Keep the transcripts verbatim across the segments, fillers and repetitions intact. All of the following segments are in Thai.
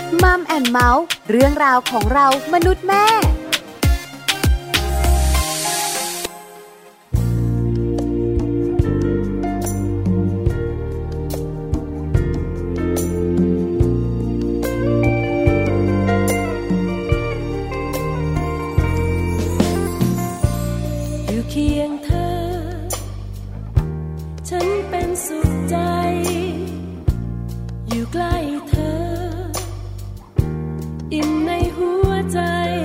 มัมแอนด์เมาส์เรื่องราวของเรามนุษย์แม่อยู่เคียงเธอฉันเป็นสุขใจอยู่ใกล้เธออิ่มในหัวใจ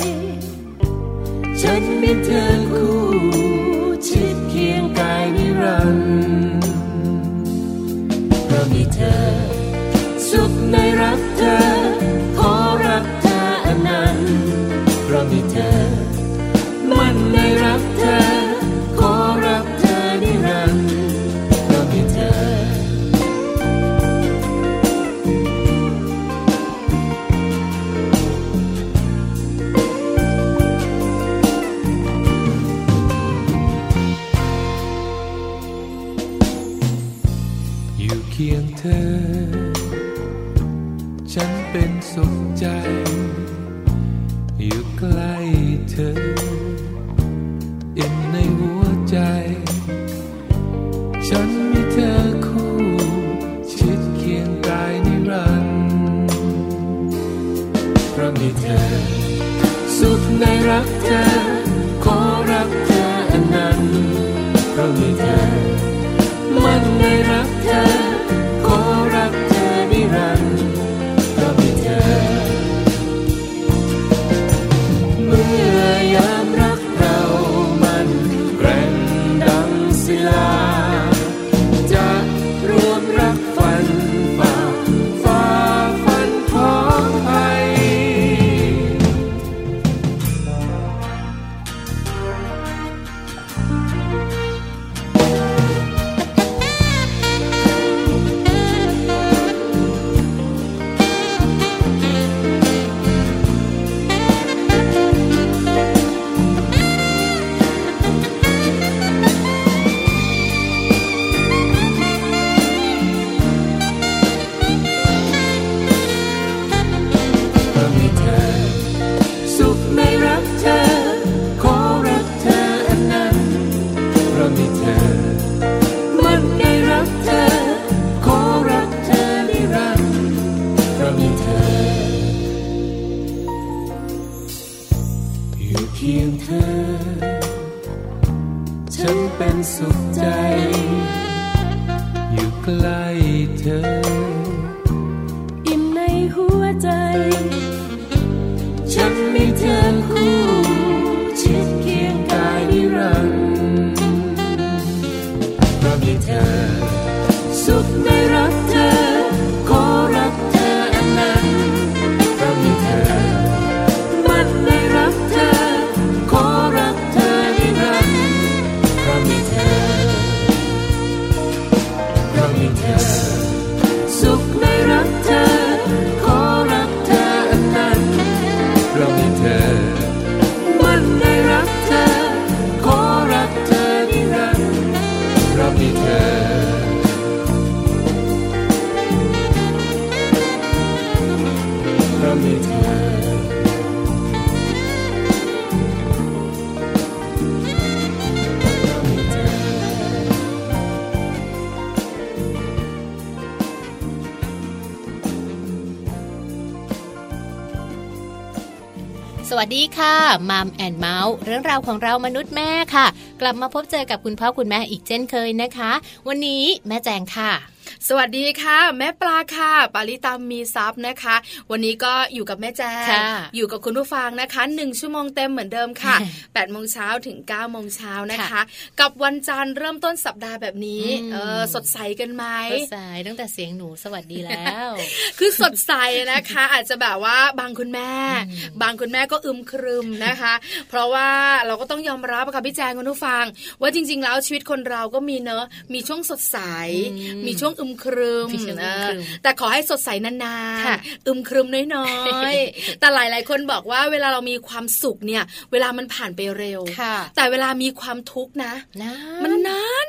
ฉันมีเธอคู่ชิดเคียงกายนิรันดร์เพราะมีเธอสุขในรักเธอขอรักเธออนันต์เพราะมีเธอมันในรักเธอขอรักเธอนิรันดร์เพราะมีเธออยู่เคียงเธอฉันเป็นสุขใจอยู่ใกล้เธออิ่มในหัวใจฉันมีเธอคู่ชิดเคียงกายนิรันดร์เพราะมีเธอสุขในรักเธอขอรักเธออนันต์เพราะมีเธอมันในรักเธอขอรักเธอนิรันดร์เพราะมีเธอเมื่อยามรักเรามันแกร่งดังศิลาจะรวมรักฝันฝ่าฝ่าฟันท้องไปฉันเป็นสุขใจอยู่ใกล้เธออิ่มในหัวใจฉันมีเธอคู่ชิดเคียงกายนิรันดร์เพราะมีเธอสุขในรักเธอขอรักเธออนันต์เพราะมีเธอมันในรักเธอขอรักเธอนิรันดร์เพราะมีเธอเพราะมีเธอสุขในรักเธอขอรักเธออนันต์เพราะมีเธอมันในรักเธอขอรักเธอนิรันดร์เพราะมีเธอเพราะมีเธอสวัสดีค่ะมัมแอนด์เมาส์เรื่องราวของเรามนุษย์แม่ค่ะกลับมาพบเจอกับคุณพ่อคุณแม่อีกเช่นเคยนะคะวันนี้แม่แจงค่ะสวัสดีค่ะแม่ปลาค่ะปาริตามีซับนะคะวันนี้ก็อยู่กับแม่แจงอยู่กับคุณผู้ฟังนะคะหนึ่งชั่วโมงเต็มเหมือนเดิมค่ะ แปดโมงเช้าถึงเก้าโมงเช้านะคะกับวันจันทร์เริ่มต้นสัปดาห์แบบนี้เออสดใสกันไหมสดใสตั้งแต่เสียงหนูสวัสดีแล้ว คือสดใสนะคะอาจจะแบบว่าบางคุณแม่บางคุณแม่ก็อึมครึมนะคะเพราะว่าเราก็ต้องยอมรับค่ะพี่แจงคุณผู้ฟังว่าจริงๆแล้วชีวิตคนเราก็มีเนอะมีช่วงสดใสมีช่วงอึมครึมแต่ขอให้สดใสนานๆอึมครึมน้อยๆแต่หลายๆคนบอกว่าเวลาเรามีความสุขเนี่ยเวลามันผ่านไปเร็วแต่เวลามีความทุกข์นะมันนาน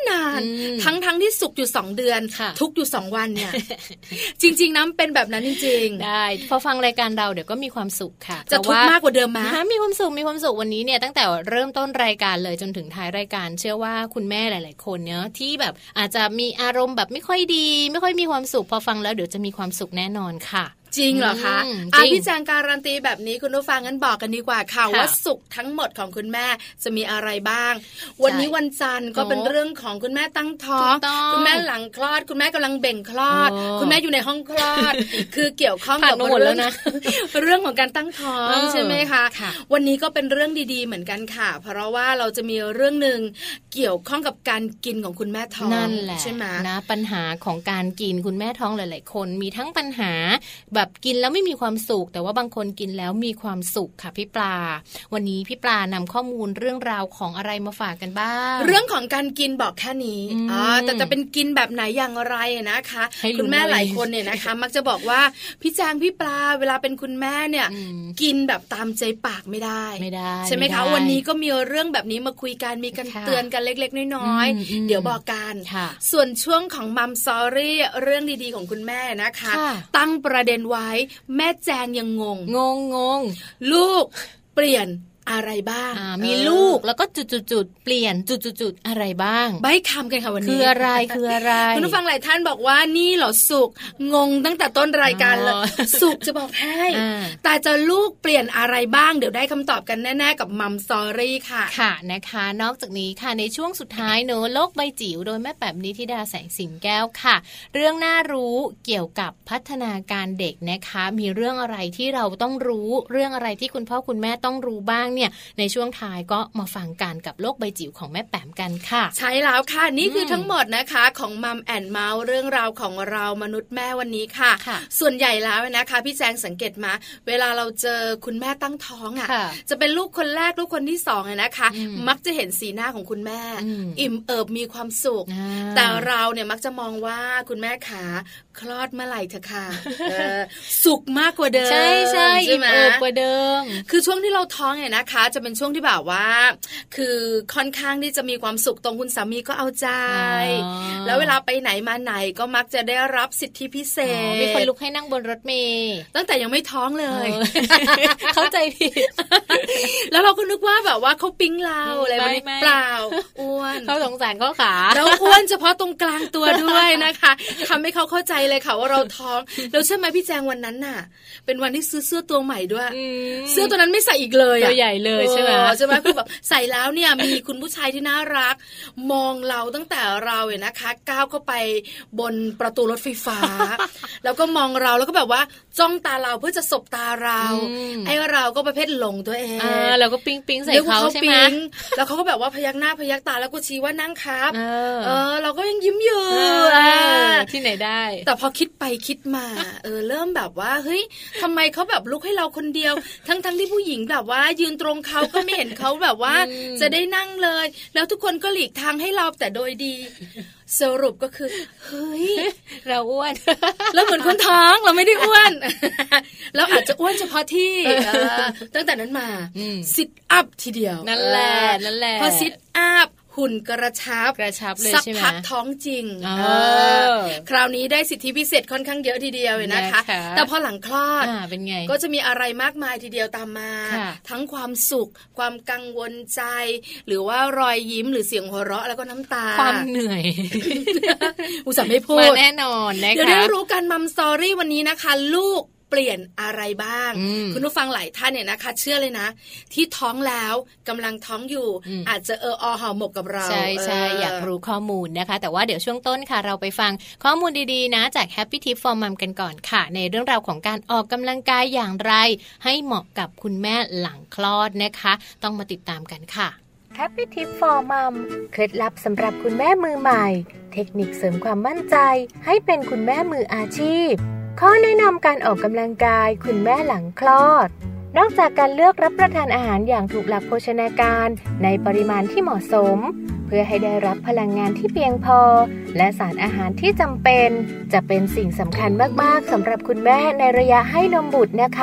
นานทั้งทั้งที่สุขอยู่สองเดือนทุกอยู่สองวันเนี่ย จริงๆน้ำเป็นแบบนั้นจริงๆได้พอฟังรายการเราเดี๋ยวก็มีความสุขค่ะจะทุกข์มากกว่าเดิมมั้ยมีความสุขมีความสุขวันนี้เนี่ยตั้งแต่เริ่มต้นรายการเลยจนถึงท้ายรายการเชื่อว่าคุณแม่หลายๆคนเนี่ยที่แบบอาจจะมีอารมณ์แบบไม่ค่อยดีไม่ค่อยมีความสุขพอฟังแล้วเดี๋ยวจะมีความสุขแน่นอนค่ะจริงเหรอคะอ่ะพี่แจงการันตีแบบนี้คุณผู้ฟังงั้นบอกกันดีกว่าค่ะว่าสุขทั้งหมดของคุณแม่จะมีอะไรบ้างวันนี้วันจันทร์ก็เป็นเรื่องของคุณแม่ตั้งท้องคุณแม่หลังคลอดคุณแม่กำลังเบ่งคลอดคุณแม่อยู่ในห้องคลอดคือเกี่ยวข้องกับเรื่องเรื่องของการตั้งท้องใช่ไหมคะวันนี้ก็เป็นเรื่องดีๆเหมือนกันค่ะเพราะว่าเราจะมีเรื่องนึงเกี่ยวข้องกับการกินของคุณแม่ท้องใช่ไหมนะปัญหาของการกินคุณแม่ท้องหลายๆคนมีทั้งปัญหาแบบกินแล้วไม่มีความสุขแต่ว่าบางคนกินแล้วมีความสุขค่ะพี่ปลาวันนี้พี่ปลานำข้อมูลเรื่องราวของอะไรมาฝากกันบ้างเรื่องของการกินบอกแค่นี้อ๋อแต่จะเป็นกินแบบไหนอย่างไรนะคะคุณแม่หลายคนเนี่ยนะคะมักจะบอกว่าพี่แจงพี่ปลาเวลาเป็นคุณแม่เนี่ยกินแบบตามใจปากไม่ได้ไม่ได้ใช่ไหมคะวันนี้ก็มีเรื่องแบบนี้มาคุยกันมีกันเตือนกันเล็กๆน้อยๆเดี๋ยวบอกกันส่วนช่วงของมัมซอรี่เรื่องดีๆของคุณแม่นะคะตั้งประเด็นไว้แม่แจงยังงงงงงงลูกเปลี่ยนอะไรบ้างมีลูกแล้วก็จุดๆๆเปลี่ยนจุดๆๆอะไรบ้างใบคำกันค่ะวันนี้คืออะไรคืออะไรคุณผู้ฟังหลายท่านบอกว่านี่เหรอสุกงงตั้งแต่ต้นรายการเลยสุกจะบอกให้แต่จะลูกเปลี่ยนอะไรบ้างเดี๋ยวได้คำตอบกันแน่ๆกับมัมซอรี่ค่ะค่ะนะคะนอกจากนี้ค่ะในช่วงสุดท้ายเนอะโลกใบจิ๋วโดยแม่แป๋มนิธิดาแสงสิงแก้วค่ะเรื่องน่ารู้เกี่ยวกับพัฒนาการเด็กนะคะมีเรื่องอะไรที่เราต้องรู้เรื่องอะไรที่คุณพ่อคุณแม่ต้องรู้บ้างเนี่ยในช่วงท้ายก็มาฟังกันกับโลกใบจิ๋วของแม่แป๋มกันค่ะใช่แล้วค่ะนี่คือทั้งหมดนะคะของมัมแอนด์เมาส์เรื่องราวของเรามนุษย์แม่วันนี้ค่ะส่วนใหญ่แล้วนะคะพี่แจงสังเกตมาเวลาเราเจอคุณแม่ตั้งท้องอ่ะจะเป็นลูกคนแรกลูกคนที่สองนะคะมักจะเห็นสีหน้าของคุณแม่อิ่มเอิบมีความสุขแต่เราเนี่ยมักจะมองว่าคุณแม่ขาคลอดเมื่อไหร่เถอะค่ะสุขมากกว่าเดิมใช่ใช่อิ่มเอิบกว่าเดิมคือช่วงที่เราท้องเนี่ยนะคะจะเป็นช่วงที่แบบว่าคือค่อนข้างที่จะมีความสุขตรงคุณสามีก็เอาใจแล้วเวลาไปไหนมาไหนก็มักจะได้รับสิทธิพิเศษมีคนลุกให้นั่งบนรถเมล์ตั้งแต่ยังไม่ท้องเลยเข้าใจผิดแล้วเราก็นึกว่าแบบว่าเขาปิ๊งเราอะไรแบบนี้เปล่าอ้วนเขาสงสารเขาขาแล้วอ้วนเฉพาะตรงกลางตัวด้วยนะคะทำให้เขาเข้าใจเลยค่ะว่าเราท้องแล้วใช่ไหมพี่แจงวันนั้นน่ะเป็นวันที่ซื้อเสื้อตัวใหม่ด้วยเสื้อตัวนั้นไม่ใส่อีกเลยตัวใหญ่เลยใช่ไหมใช่ไหมคือแบบใส่แล้วเนี่ยมีคุณผู้ชายที่น่ารักมองเราตั้งแต่เราเนี่ยนะคะก้าวเข้าไปบนประตูรถไฟฟ้าแล้วก็มองเราแล้วก็แบบว่าจ้องตาเราเพื่อจะสบตาเราไอ้เราก็ประเภทหลงตัวเองเราก็ปิ๊งปิ๊งใส่เขาใช่ไหมแล้วเขาก็แบบว่าพยักหน้าพยักตาแล้วก็ชี้ว่านั่งครับเออเราก็ยังยิ้มอยู่ที่ไหนได้แต่พอคิดไปคิดมาเออเริ่มแบบว่าเฮ้ยทำไมเขาแบบลุกให้เราคนเดียวทั้งทั้งที่ผู้หญิงแบบว่ายืนตรงเขาก็ไม่เห็นเขาแบบว่าจะได้นั่งเลยแล้วทุกคนก็หลีกทางให้เราแต่โดยดีสรุปก็คือเฮ้ยเราอ้วนแล้วเหมือนคนท้องเราไม่ได้อ้วนเราอาจจะอ้วนเฉพาะที่ตั้งแต่นั้นมาซิทอัพทีเดียวนั่นแหละนั่นแหละพอซิทอัพหุ่นกระชับกระชับเลยใช่ไหมสักพักท้องจริงคราวนี้ได้สิทธิพิเศษค่อนข้างเยอะทีเดียวเลยนะคะแต่พอหลังคลอดเป็นไงก็จะมีอะไรมากมายทีเดียวตามมาทั้งความสุขความกังวลใจหรือว่ารอยยิ้มหรือเสียงหัวเราะแล้วก็น้ำตาความเหนื่อยอุตส่าห์ไม่พูดมาแน่นอนนะคะเดี๋ยวได้รู้กันมัมสตอรี่วันนี้นะคะลูกเปลี่ยนอะไรบ้างคุณผู้ฟังหลายท่านเนี่ยนะคะเชื่อเลยนะที่ท้องแล้วกำลังท้องอยู่ อ, อาจจะเอออห่อหมกกับเราใช่ใช่อยากรู้ข้อมูลนะคะแต่ว่าเดี๋ยวช่วงต้นค่ะเราไปฟังข้อมูลดีๆนะจาก Happy Tip for Mom กันก่อนค่ะในเรื่องราวของการออกกำลังกายอย่างไรให้เหมาะกับคุณแม่หลังคลอดนะคะต้องมาติดตามกันค่ะ Happy Tip for Mom เคล็ดลับสำหรับคุณแม่มือใหม่เทคนิคเสริมความมั่นใจให้เป็นคุณแม่มืออาชีพข้อแนะนำการออกกำลังกายคุณแม่หลังคลอดนอกจากการเลือกรับประทานอาหารอย่างถูกหลักโภชนาการในปริมาณที่เหมาะสมเพื่อให้ได้รับพลังงานที่เพียงพอและสารอาหารที่จำเป็นจะเป็นสิ่งสำคัญมากๆสำหรับคุณแม่ในระยะให้นมบุตรนะคะ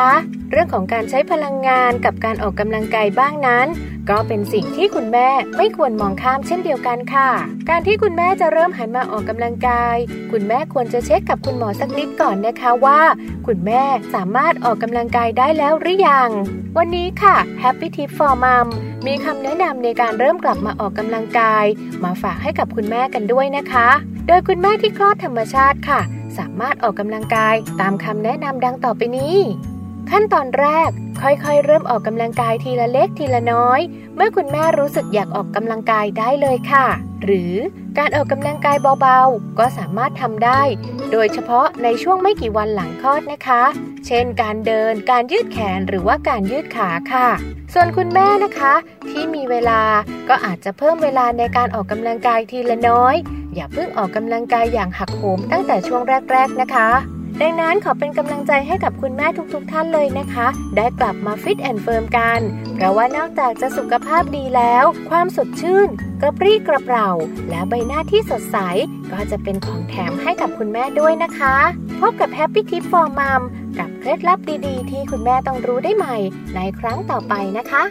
เรื่องของการใช้พลังงานกับการออกกำลังกายบ้างนั้นก็เป็นสิ่งที่คุณแม่ไม่ควรมองข้ามเช่นเดียวกันค่ะการที่คุณแม่จะเริ่มหันมาออกกำลังกายคุณแม่ควรจะเช็คกับคุณหมอสักนิดก่อนนะคะว่าคุณแม่สามารถออกกำลังกายได้แล้วหรือยังวันนี้ค่ะ Happy Tip for Mom มีคำแนะนำในการเริ่มกลับมาออกกำลังกายมาฝากให้กับคุณแม่กันด้วยนะคะโดยคุณแม่ที่คลอดธรรมชาติค่ะสามารถออกกำลังกายตามคำแนะนำดังต่อไปนี้ขั้นตอนแรกค่อยๆเริ่มออกกำลังกายทีละเล็กทีละน้อยเมื่อคุณแม่รู้สึกอยากออกกำลังกายได้เลยค่ะหรือการออกกำลังกายเบาๆก็สามารถทำได้โดยเฉพาะในช่วงไม่กี่วันหลังคลอดนะคะเช่นการเดินการยืดแขนหรือว่าการยืดขาค่ะส่วนคุณแม่นะคะที่มีเวลาก็อาจจะเพิ่มเวลาในการออกกำลังกายทีละน้อยอย่าเพิ่งออกกำลังกายอย่างหักโหมตั้งแต่ช่วงแรกๆนะคะดังนั้นขอเป็นกำลังใจให้กับคุณแม่ทุกๆท่านเลยนะคะได้กลับมาฟิตแอนด์เฟิร์มกันเพราะว่านอกจากจะสุขภาพดีแล้วความสดชื่นกระปรี้กระเปร่าและใบหน้าที่สดใสก็จะเป็นของแถมให้กับคุณแม่ด้วยนะคะพบกับ Happy Tip for Mom กับเคล็ดลับดีๆที่คุณแม่ต้องรู้ได้ใหม่ในครั้งต่อไปนะคะ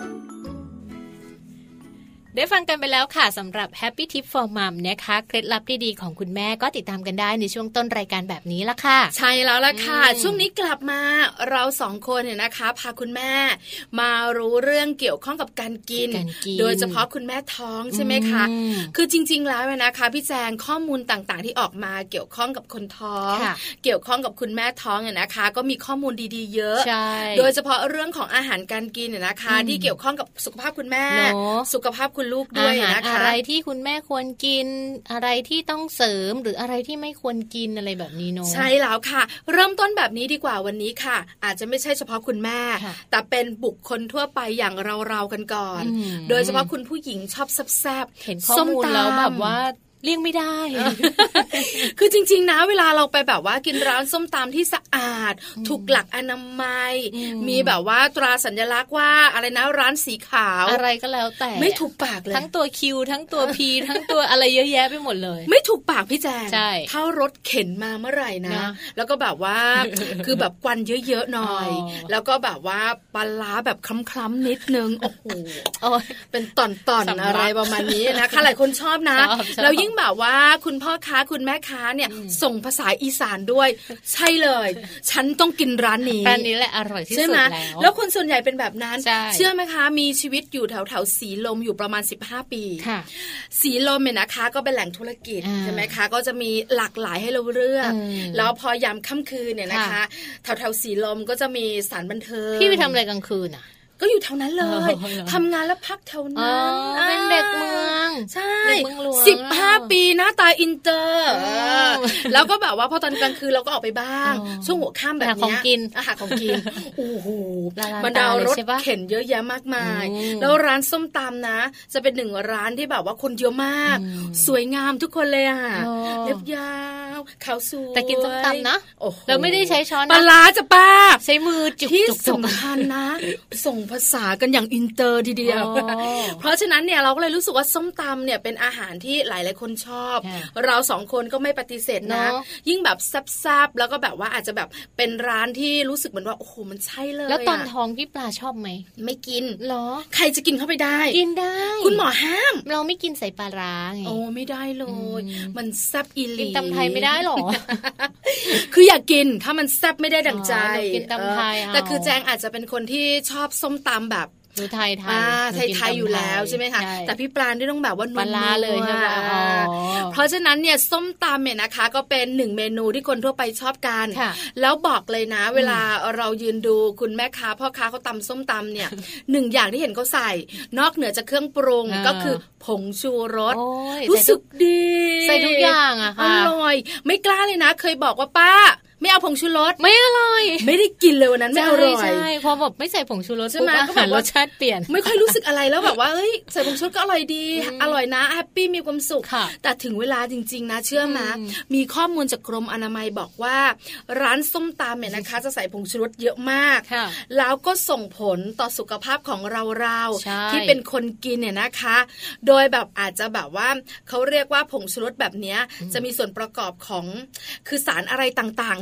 ได้ฟังกันไปแล้วค่ะสำหรับ Happy Tip for Mom นะคะเคล็ดลับดีๆของคุณแม่ก็ติดตามกันได้ในช่วงต้นรายการแบบนี้ละค่ะใช่แล้วล่ะค่ะช่วงนี้กลับมาเราสองคนเนี่ยนะคะพาคุณแม่มารู้เรื่องเกี่ยวข้องกับการกินโดยเฉพาะคุณแม่ท้องใช่ไหมคะคือจริงๆแล้วนะคะพี่แจงข้อมูลต่างๆที่ออกมาเกี่ยวข้องกับคนท้องเกี่ยวข้องกับคุณแม่ท้องเนี่ยนะคะก็มีข้อมูลดีๆเยอะโดยเฉพาะเรื่องของอาหารการกินเนี่ยนะคะที่เกี่ยวข้องกับสุขภาพคุณแม่สุขภาพคุณลูกด้วยนะคะอะไรที่คุณแม่ควรกินอะไรที่ต้องเสริมหรืออะไรที่ไม่ควรกินอะไรแบบนี้เนาะใช่แล้วค่ะเริ่มต้นแบบนี้ดีกว่าวันนี้ค่ะอาจจะไม่ใช่เฉพาะคุณแม่แต่เป็นบุคคลทั่วไปอย่างเราๆกันก่อนโดยเฉพาะคุณผู้หญิงชอบแซ่บๆเห็นข้อมูลแล้วแบบว่าเลี่ยงไม่ได้คือจริงๆนะเวลาเราไปแบบว่ากินร้านส้มตำที่สะอาดถูกหลักอนามัยมีแบบว่าตราสัญลักษณ์ว่าอะไรนะร้านสีขาวอะไรก็แล้วแต่ไม่ถูกปากเลยทั้งตัวคิวทั้งตัวพีทั้งตัวอะไรเยอะแยะไปหมดเลยไม่ถูกปากพี่แจงใช่ถ้ารถเข็นมาเมื่อไหร่นะแล้วก็แบบว่าคือแบบควันเยอะๆหน่อยแล้วก็แบบว่าปลาร้าแบบคล้ำๆนิดนึงโอ้โหเป็นตอนๆอะไรประมาณนี้นะคะหลายคนชอบนะแล้วยิ่งแบบว่าคุณพ่อค้าคุณแม่ค้าเนี่ยส่งภาษาอีสานด้วยใช่เลยฉันต้องกินร้านนี้ร้านนี้แหละอร่อยที่สุดแล้วแล้วคนส่วนใหญ่เป็นแบบนั้นเชื่อไหมคะมีชีวิตอยู่แถวแถวสีลมอยู่ประมาณสิบห้าปีสีลมเนี่ยนะคะก็เป็นแหล่งธุรกิจใช่ไหมคะก็จะมีหลากหลายให้เราเลือกแล้วพอยามค่ำคืนเนี่ยนะคะแถวแถวสีลมก็จะมีสถานบันเทิงพี่ไปทำอะไรกลางคืนอ่ะก็อยู่แถวนั้นเลยทำงานแล้วพักแถวนั้นเป็นเด็กเมืองใช่สิบห้าปีหน้าตาอินเตอร์แล้วก็แบบว่าพอตอนกลางคืนเราก็ออกไปบ้างช่วงหัวค่ำแบบนี้ของกินอาหารของกินโอ้โหบรรดารถเข็นเยอะแยะมากมายแล้วร้านส้มตำนะจะเป็นหนึ่งร้านที่แบบว่าคนเยอะมากสวยงามทุกคนเลยอ่ะเล็บยาวขาวสวยแต่กินส้มตำนะเราไม่ได้ใช้ช้อนปลาร้าจะป้าใช้มือจุกที่สำคัญนะส่งภาษากันอย่างอินเตอร์ทีเดียวเพราะฉะนั้นเนี่ยเราก็เลยรู้สึกว่าส้มตำเนี่ยเป็นอาหารที่หลายหลายคนชอบเราสองคนก็ไม่ปฏิเสธนะยิ่งแบบแซ่บๆแล้วก็แบบว่าอาจจะแบบเป็นร้านที่รู้สึกเหมือนว่าโอ้โหมันใช่เลยแล้วตอนท้องพี่ปลาชอบไหมไม่กินหรอใครจะกินเข้าไปได้กินได้คุณหมอห้ามเราไม่กินใส่ปลาร้าไงโอ้ไม่ได้เลยมันแซ่บอีหลีกินตำไทยไม่ได้หรอคืออยากกินถ้ามันแซ่บไม่ได้ดั่งใจกินตำไทยแต่คือแจงอาจจะเป็นคนที่ชอบส้มตำแบบดูไทยไทยไทยไทยอยู่แล้วใช่ไหมคะแต่พี่ปลาที่ต้องแบบว่านุ่มๆเลยใช่ไหมเพราะฉะนั้นเนี่ยส้มตำเนี่ยนะคะก็เป็นหนึ่งเมนูที่คนทั่วไปชอบกันแล้วบอกเลยนะเวลาเรายืนดูคุณแม่ค้าพ่อค้าเขาตำส้มตำเนี่ยหนึ่งอย่างที่เห็นเขาใส่นอกเหนือจากเครื่องปรุงก็คือผงชูรสรู้สึกดีใส่ทุกอย่างอะค่ะอร่อยไม่กล้าเลยนะเคยบอกว่าป้าไม่เอาผงชูรสไม่อร่อยไม่ได้กินเลยวันนั้นไม่อร่อยใช่พอแบบไม่ใส่ผงชูรสใช่ไหมก็แบบรสชาติเปลี่ยนไม่ค่อยรู้สึกอะไรแล้วแบบว่าเอ้ยใส่ผงชูรสก็อร่อยดีอร่อยนะแฮปปี้มีความสุขแต่ถึงเวลาจริงๆนะเชื่อไหมมีข้อมูลจากกรมอนามัยบอกว่าร้านส้มตำเนี่ยนะคะจะใส่ผงชูรสเยอะมากแล้วก็ส่งผลต่อสุขภาพของเราเราที่เป็นคนกินเนี่ยนะคะโดยแบบอาจจะแบบว่าเขาเรียกว่าผงชูรสแบบนี้จะมีส่วนประกอบของคือสารอะไรต่างๆที่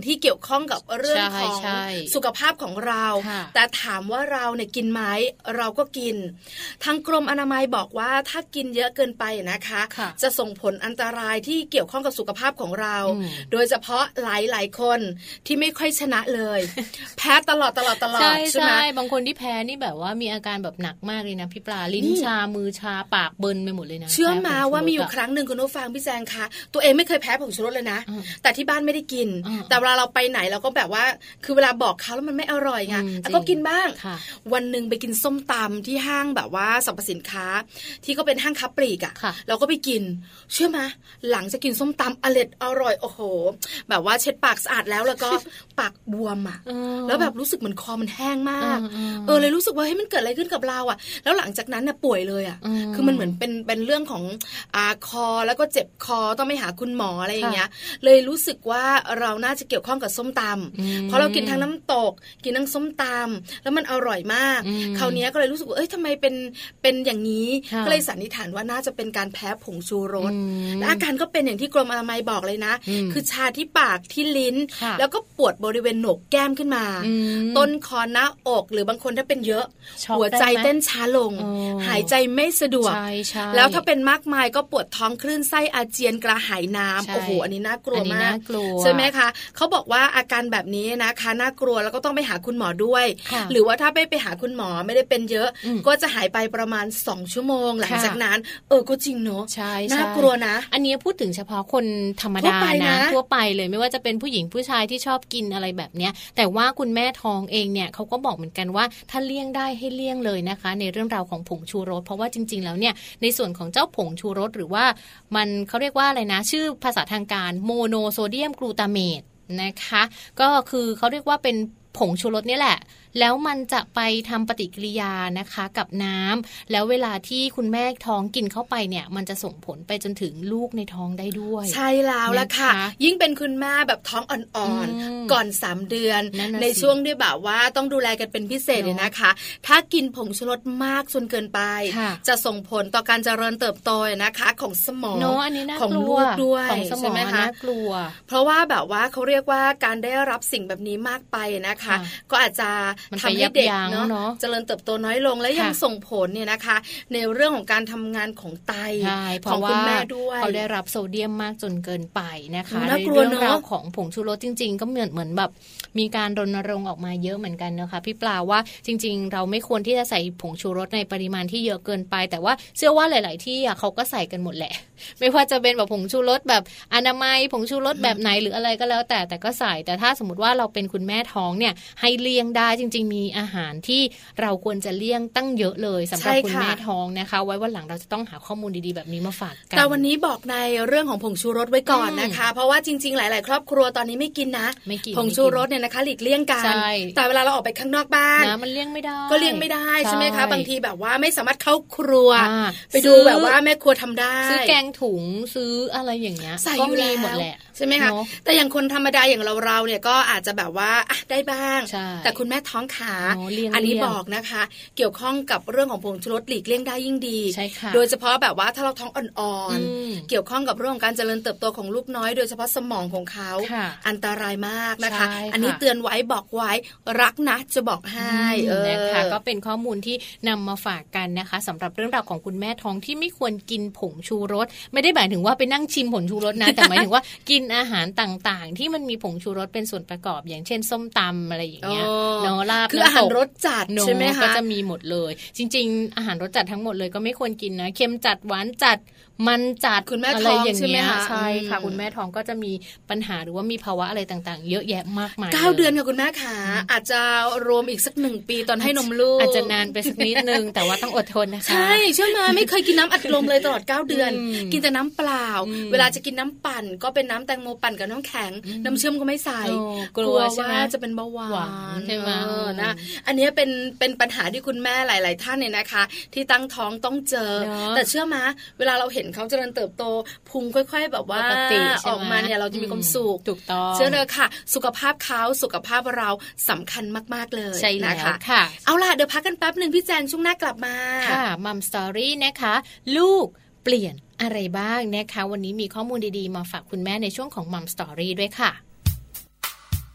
ที่เกี่ยวข้องกับเรื่องของสุขภาพของเราแต่ถามว่าเราเนี่ยกินไหมเราก็กินทางกรมอนามัยบอกว่าถ้ากินเยอะเกินไปนะคะจะส่งผลอันตรายที่เกี่ยวข้องกับสุขภาพของเราโดยเฉพาะหลายๆคนที่ไม่ค่อยชนะเลยแพ้ตลอดตลอดตลอดใช่ไหมบางคนที่แพ้นี่แบบว่ามีอาการแบบหนักมากเลยนะพี่ปลาลิ้นชามือชาปากเบิร์นไปหมดเลยนะเชื่อมาว่ามีอยู่ครั้งหนึ่งคุณผู้ฟังพี่แจงคะตัวเองไม่เคยแพ้ผงชูรสเลยนะแต่ที่บ้านไม่ได้กินแต่เวลาเราไปไหนเราก็แบบว่าคือเวลาบอกเขาแล้วมันไม่อร่อยไงแต่ก็กินบ้างวันหนึ่งไปกินส้มตำที่ห้างแบบว่าสรรพสินค้าที่ก็เป็นห้างค้าปลีกอ่ะเราก็ไปกินเชื่อมาหลังจะกินส้มตำอร่อยอร่อยโอ้โหแบบว่าเช็ดปากสะอาดแล้วแล้วก็ปากบวมอ่ะแล้วแบบรู้สึกเหมือนคอมันแห้งมากเออเลยรู้สึกว่าเฮ้ยมันเกิดอะไรขึ้นกับเราอ่ะแล้วหลังจากนั้นเนี่ยป่วยเลยอ่ะคือมันเหมือนเป็นเป็นเรื่องของอ่าคอแล้วก็เจ็บคอต้องไปหาคุณหมออะไรอย่างเงี้ยเลยรู้สึกว่าเราน่าจะเกี่ยวข้องกับส้มตำเพราะเรากินทั้งน้ำตกกินทั้งส้มตำแล้วมันอร่อยมากคราวนี้ก็เลยรู้สึกว่าเอ้ยทำไมเป็นเป็นอย่างนี้ก็เลยสันนิษฐานว่าน่าจะเป็นการแพ้ผงชูรสและอาการก็เป็นอย่างที่กรมอนามัยบอกเลยนะคือชาที่ปากที่ลิ้นแล้วก็ปวดบริเวณโหนกแก้มขึ้นมาต้นคอหน้าอกหรือบางคนถ้าเป็นเยอะหัวใจเต้นช้าลงหายใจไม่สะดวกแล้วถ้าเป็นมากมายก็ปวดท้องคลื่นไส้อาเจียนกระหายน้ำโอ้โหอันนี้น่ากลัวมากใช่ไหมคะเขาบอกว่าอาการแบบนี้นะคะน่ากลัวแล้วก็ต้องไปหาคุณหมอด้วยหรือว่าถ้าไปไปหาคุณหมอไม่ได้เป็นเยอะก็จะหายไปประมาณสองชั่วโมงหลังจากนั้นเออก็จริงเนอะน่ากลัวนะอันนี้พูดถึงเฉพาะคนธรรมดานะทั่วไปเลยไม่ว่าจะเป็นผู้หญิงผู้ชายที่ชอบกินอะไรแบบเนี้ยแต่ว่าคุณแม่ท้องเองเนี่ยเขาก็บอกเหมือนกันว่าถ้าเลี่ยงได้ให้เลี่ยงเลยนะคะในเรื่องราวของผงชูรสเพราะว่าจริงๆแล้วเนี่ยในส่วนของเจ้าผงชูรสหรือว่ามันเขาเรียกว่าอะไรนะชื่อภาษาทางการโมโนโซเดียมกลูตาเมตนะคะก็คือเขาเรียกว่าเป็นผงชูรสนี่แหละแล้วมันจะไปทำปฏิกิริยานะคะกับน้ำแล้วเวลาที่คุณแม่ท้องกินเข้าไปเนี่ยมันจะส่งผลไปจนถึงลูกในท้องได้ด้วยใช่แล้วล่ะค่ะยิ่งเป็นคุณแม่แบบท้องอ่อนๆก่อนสามเดือนในช่วงที่แบบว่าต้องดูแลกันเป็นพิเศษเลยนะคะถ้ากินผงชูรสมากจนเกินไปจะส่งผลต่อการเจริญเติบโตนะคะของสมองของลูกด้วยใช่ไหมคะกลัวเพราะว่าแบบว่าเขาเรียกว่าการได้รับสิ่งแบบนี้มากไปนะคะก็อาจจะทำให้เด็กเนาะเจริญเติบโตน้อยลงและยังส่งผลเนี่ยนะคะในเรื่องของการทำงานของไตของคุณแม่ด้วยเขาได้รับโซเดียมมากจนเกินไปนะคะในเรื่องราวของผงชูรสจริงๆก็เหมือนเหมือนแบบมีการรณรงค์ออกมาเยอะเหมือนกันนะคะพี่ปลาว่าจริงๆเราไม่ควรที่จะใส่ผงชูรสในปริมาณที่เยอะเกินไปแต่ว่าเชื่อว่าหลายๆที่เขาก็ใส่กันหมดแหละไม่ว่าจะเป็นแบบผงชูรสแบบอนามัยผงชูรสแบบไหนหรืออะไรก็แล้วแต่แต่ก็ใส่แต่ถ้าสมมติว่าเราเป็นคุณแม่ท้องเนี่ยให้เลี่ยงได้จริงๆมีอาหารที่เราควรจะเลี่ยงตั้งเยอะเลยสำหรับคุณแม่ท้องนะคะไว้วันหลังเราจะต้องหาข้อมูลดีๆแบบนี้มาฝากกันแต่วันนี้บอกในเรื่องของผงชูรสไว้ก่อนนะคะเพราะว่าจริงๆหลายๆครอบครัวตอนนี้ไม่กินนะผงชูรสเนี่ยนะคะหลีกเลี่ยงกันแต่เวลาเราออกไปข้างนอกบ้านนะมันเลี่ยงไม่ได้ก็เลี่ยงไม่ได้ใช่ไหมคะบางทีแบบว่าไม่สามารถเข้าครัวไปดูแบบว่าแม่ครัวทำได้ซื้อแกงถุงซื้ออะไรอย่างเงี้ยก็มีหมดแหละใช่ไหมคะแต่อย่างคนธรรมดาอย่างเราเราเนี่ยก็อาจจะแบบว่าได้บ้างแต่คุณแม่ท้องขาอันนี้บอกนะคะเกี่ยวข้องกับเรื่องของผงชูรสหลีกเลี่ยงได้ยิ่งดีโดยเฉพาะแบบว่าถ้าเราท้องอ่อนๆเกี่ยวข้องกับเรื่องของการเจริญเติบโตของลูกน้อยโดยเฉพาะสมองของเขาอันตรายมากนะคะอันนี้เตือนไว้บอกไว้รักนะจะบอกให้นะคะก็เป็นข้อมูลที่นำมาฝากกันนะคะสำหรับเรื่องราวของคุณแม่ท้องที่ไม่ควรกินผงชูรสไม่ได้หมายถึงว่าไปนั่งชิมผงชูรสนะแต่หมายถึงว่ากินอาหารต่างๆที่มันมีผงชูรสเป็นส่วนประกอบอย่างเช่นส้มตำอะไรอย่างเงี้ยเนาะลาบคืออาหารรสจัดใช่ไหมคะก็จะมีหมดเลยจริงๆอาหารรสจัดทั้งหมดเลยก็ไม่ควรกินนะเค็มจัดหวานจัดมันจัดคุณแม่ท้องใช่ไหมคะใช่ค่ะคุณแม่ท้องก็จะมีปัญหาหรือว่ามีภาวะอะไรต่างๆเยอะแยะมากมายเก้าเดือนค่ะคุณแม่ขาอาจจะรวมอีกสักหนึ่งปีตอนให้นมลูกอาจจะนานไปสักนิดนึงแต่ว่าต้องอดทนนะคะใช่ใช่ไหมไม่เคยกินน้ำอัดลมเลยตลอดเก้าเดือนกินแต่น้ำเปล่าเวลาจะกินน้ำปั่นก็เป็นน้ำแตงโมปั่นกับน้ำแข็งน้ำเชื่อมก็ไม่ใส่กลัวว่าจะเป็นเบาหวานใช่ไหมนะอันนี้เป็นเป็นปัญหาที่คุณแม่หลายๆท่านเนี่ยนะคะที่ตั้งท้องต้องเจอแต่เชื่อไหมเวลาเราเห็นเขาเจริญเติบโตพุงค่อยๆแบบว่าออกมาเนี่ยเราจะมีความสุขถูกต้องเชื่อเลยค่ะสุขภาพเขาสุขภาพเราสำคัญมากๆเลยใช่แล้วค่ะเอาล่ะเดี๋ยวพักกันแป๊บนึงพี่แจงช่วงหน้ากลับมาค่ะมัมสตอรี่นะคะลูกเปลี่ยนอะไรบ้างนะคะวันนี้มีข้อมูลดีๆมาฝากคุณแม่ในช่วงของมัมสตอรี่ด้วยค่ะ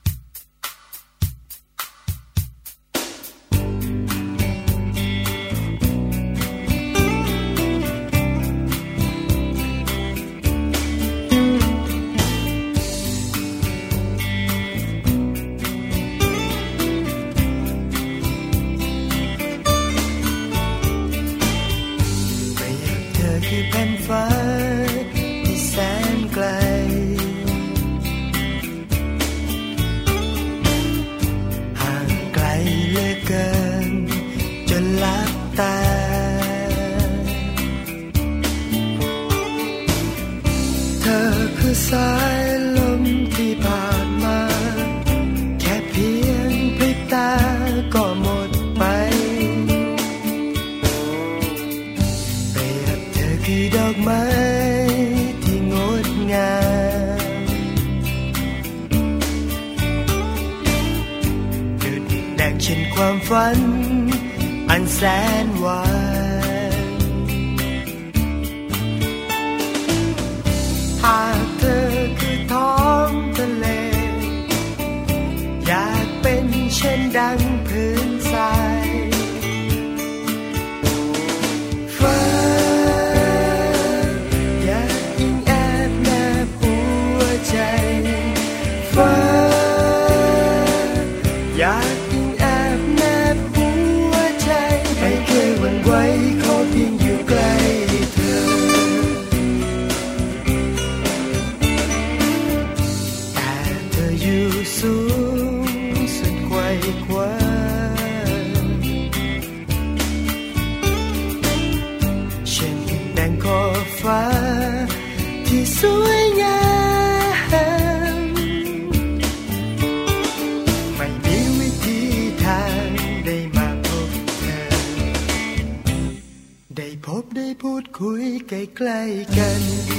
เช่นความฝันอันแสนหวานหากเธอคือท้องทะเลอยากเป็นเช่นดังพื้นทรายฟ้าอยากยิ่งแอบแนบหัวใจฟ้าอยากยิ่งแอบแนบหัวใจไม่เคยหวั่นไหวขอเพียงอยู่ใกล้เธอแต่เธออยู่สูงสุดไกวคว้าเช่นแดงขอบฟ้าที่สวยงามไม่มีวิธีทางได้มาพบเธอได้พบได้พูดคุยใกล้ๆกัน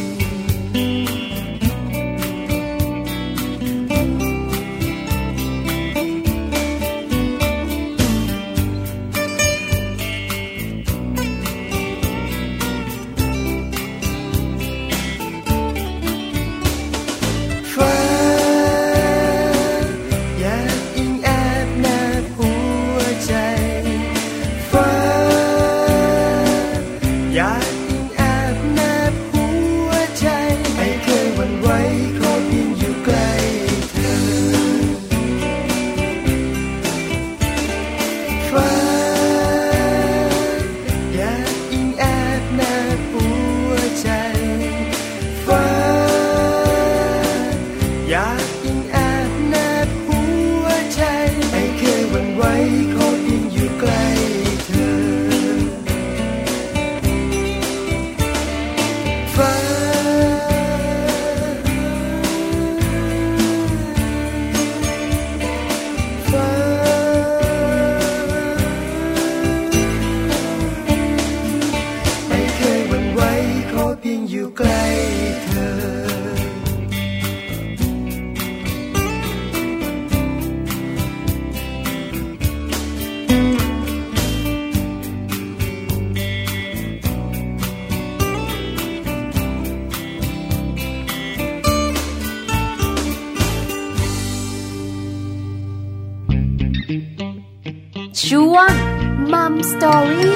ช่วง Mum Story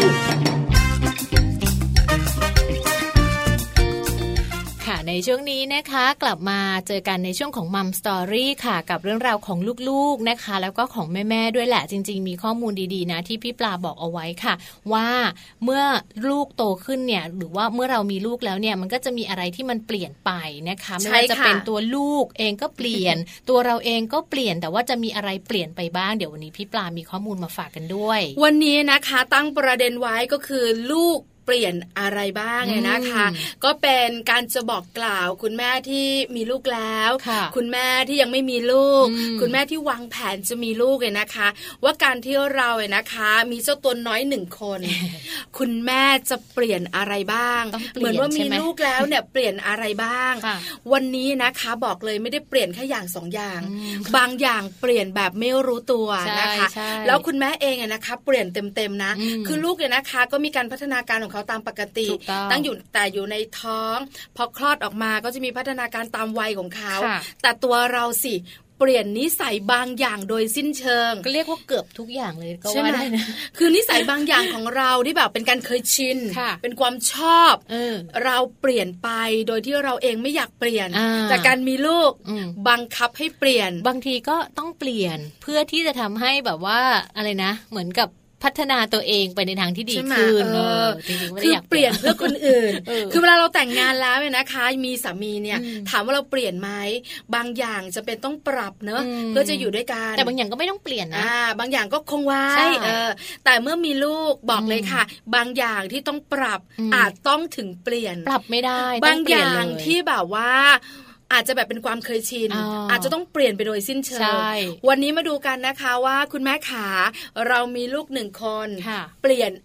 ในช่วงนี้นะคะกลับมาเจอกันในช่วงของ Mum Story ค่ะกับเรื่องราวของลูกๆนะคะแล้วก็ของแม่ๆด้วยแหละจริงๆมีข้อมูลดีๆนะที่พี่ปลาบอกเอาไว้ค่ะว่าเมื่อลูกโตขึ้นเนี่ยหรือว่าเมื่อเรามีลูกแล้วเนี่ยมันก็จะมีอะไรที่มันเปลี่ยนไปนะคะไม่ว่าจะเป็นตัวลูกเองก็เปลี่ยน ตัวเราเองก็เปลี่ยนแต่ว่าจะมีอะไรเปลี่ยนไปบ้างเดี๋ยววันนี้พี่ปลามีข้อมูลมาฝากกันด้วยวันนี้นะคะตั้งประเด็นไว้ก็คือลูกเปลี่ยนอะไรบ้างเนี่ยนะคะก็เป็นการจะบอกกล่าวคุณแม่ที่มีลูกแล้วคุณแม่ที่ยังไม่มีลูกคุณแม่ที่วางแผนจะมีลูกเนี่ยนะคะว่าการที่เราเนี่ยนะคะมีเจ้าตัวน้อยหนึ่งคน คุณแม่จะเปลี่ยนอะไรบ้างเหมือนว่ามีลูกแล้วเนี่ยเปลี่ยนอะไรบ้างวันนี้นะคะบอกเลยไม่ได้เปลี่ยนแค่อย่างสองอย่างบางอย่างเปลี่ยนแบบไม่รู้ตัวนะคะแล้วคุณแม่เองเนี่ยนะคะเปลี่ยนเต็มๆนะคือลูกเนี่ยนะคะก็มีการพัฒนาการของเขาตามปกติตั้งอยู่แต่อยู่ในท้องพอคลอดออกมาก็จะมีพัฒนาการตามวัยของเขาแต่ตัวเราสิเปลี่ยนนิสัยบางอย่างโดยสิ้นเชิงก็เรียกว่าเกือบทุกอย่างเลยก็ว่าได้นะคือนิสัยบางอย่างของเราที่แบบเป็นการเคยชินเป็นความชอบเออเราเปลี่ยนไปโดยที่เราเองไม่อยากเปลี่ยนแต่การมีลูกบังคับให้เปลี่ยนบางทีก็ต้องเปลี่ยนเพื่อที่จะทำให้แบบว่าอะไรนะเหมือนกับพัฒนาตัวเองไปในทางที่ดีขึ้นคือเปลี่ยนเพื่อคนอื่นคือเวลาเราแต่งงานแล้วเนี่ยนะคะมีสามีเนี่ยถามว่าเราเปลี่ยนไหมบางอย่างจะเป็นต้องปรับเนอะเพื่อจะอยู่ด้วยกันแต่บางอย่างก็ไม่ต้องเปลี่ยนนะบางอย่างก็คงไว้แต่เมื่อมีลูกบอกเลยค่ะบางอย่างที่ต้องปรับอาจต้องถึงเปลี่ยนปรับไม่ได้บางอย่างที่แบบว่าอาจจะแบบเป็นความเคยชิน อ, อาจจะต้องเปลี่ยนไปโดยสิ้นเชิงวันนี้มาดูกันนะคะว่าคุณแม่ขาเรามีลูกหนึ่งคนเปลี่ยนอะ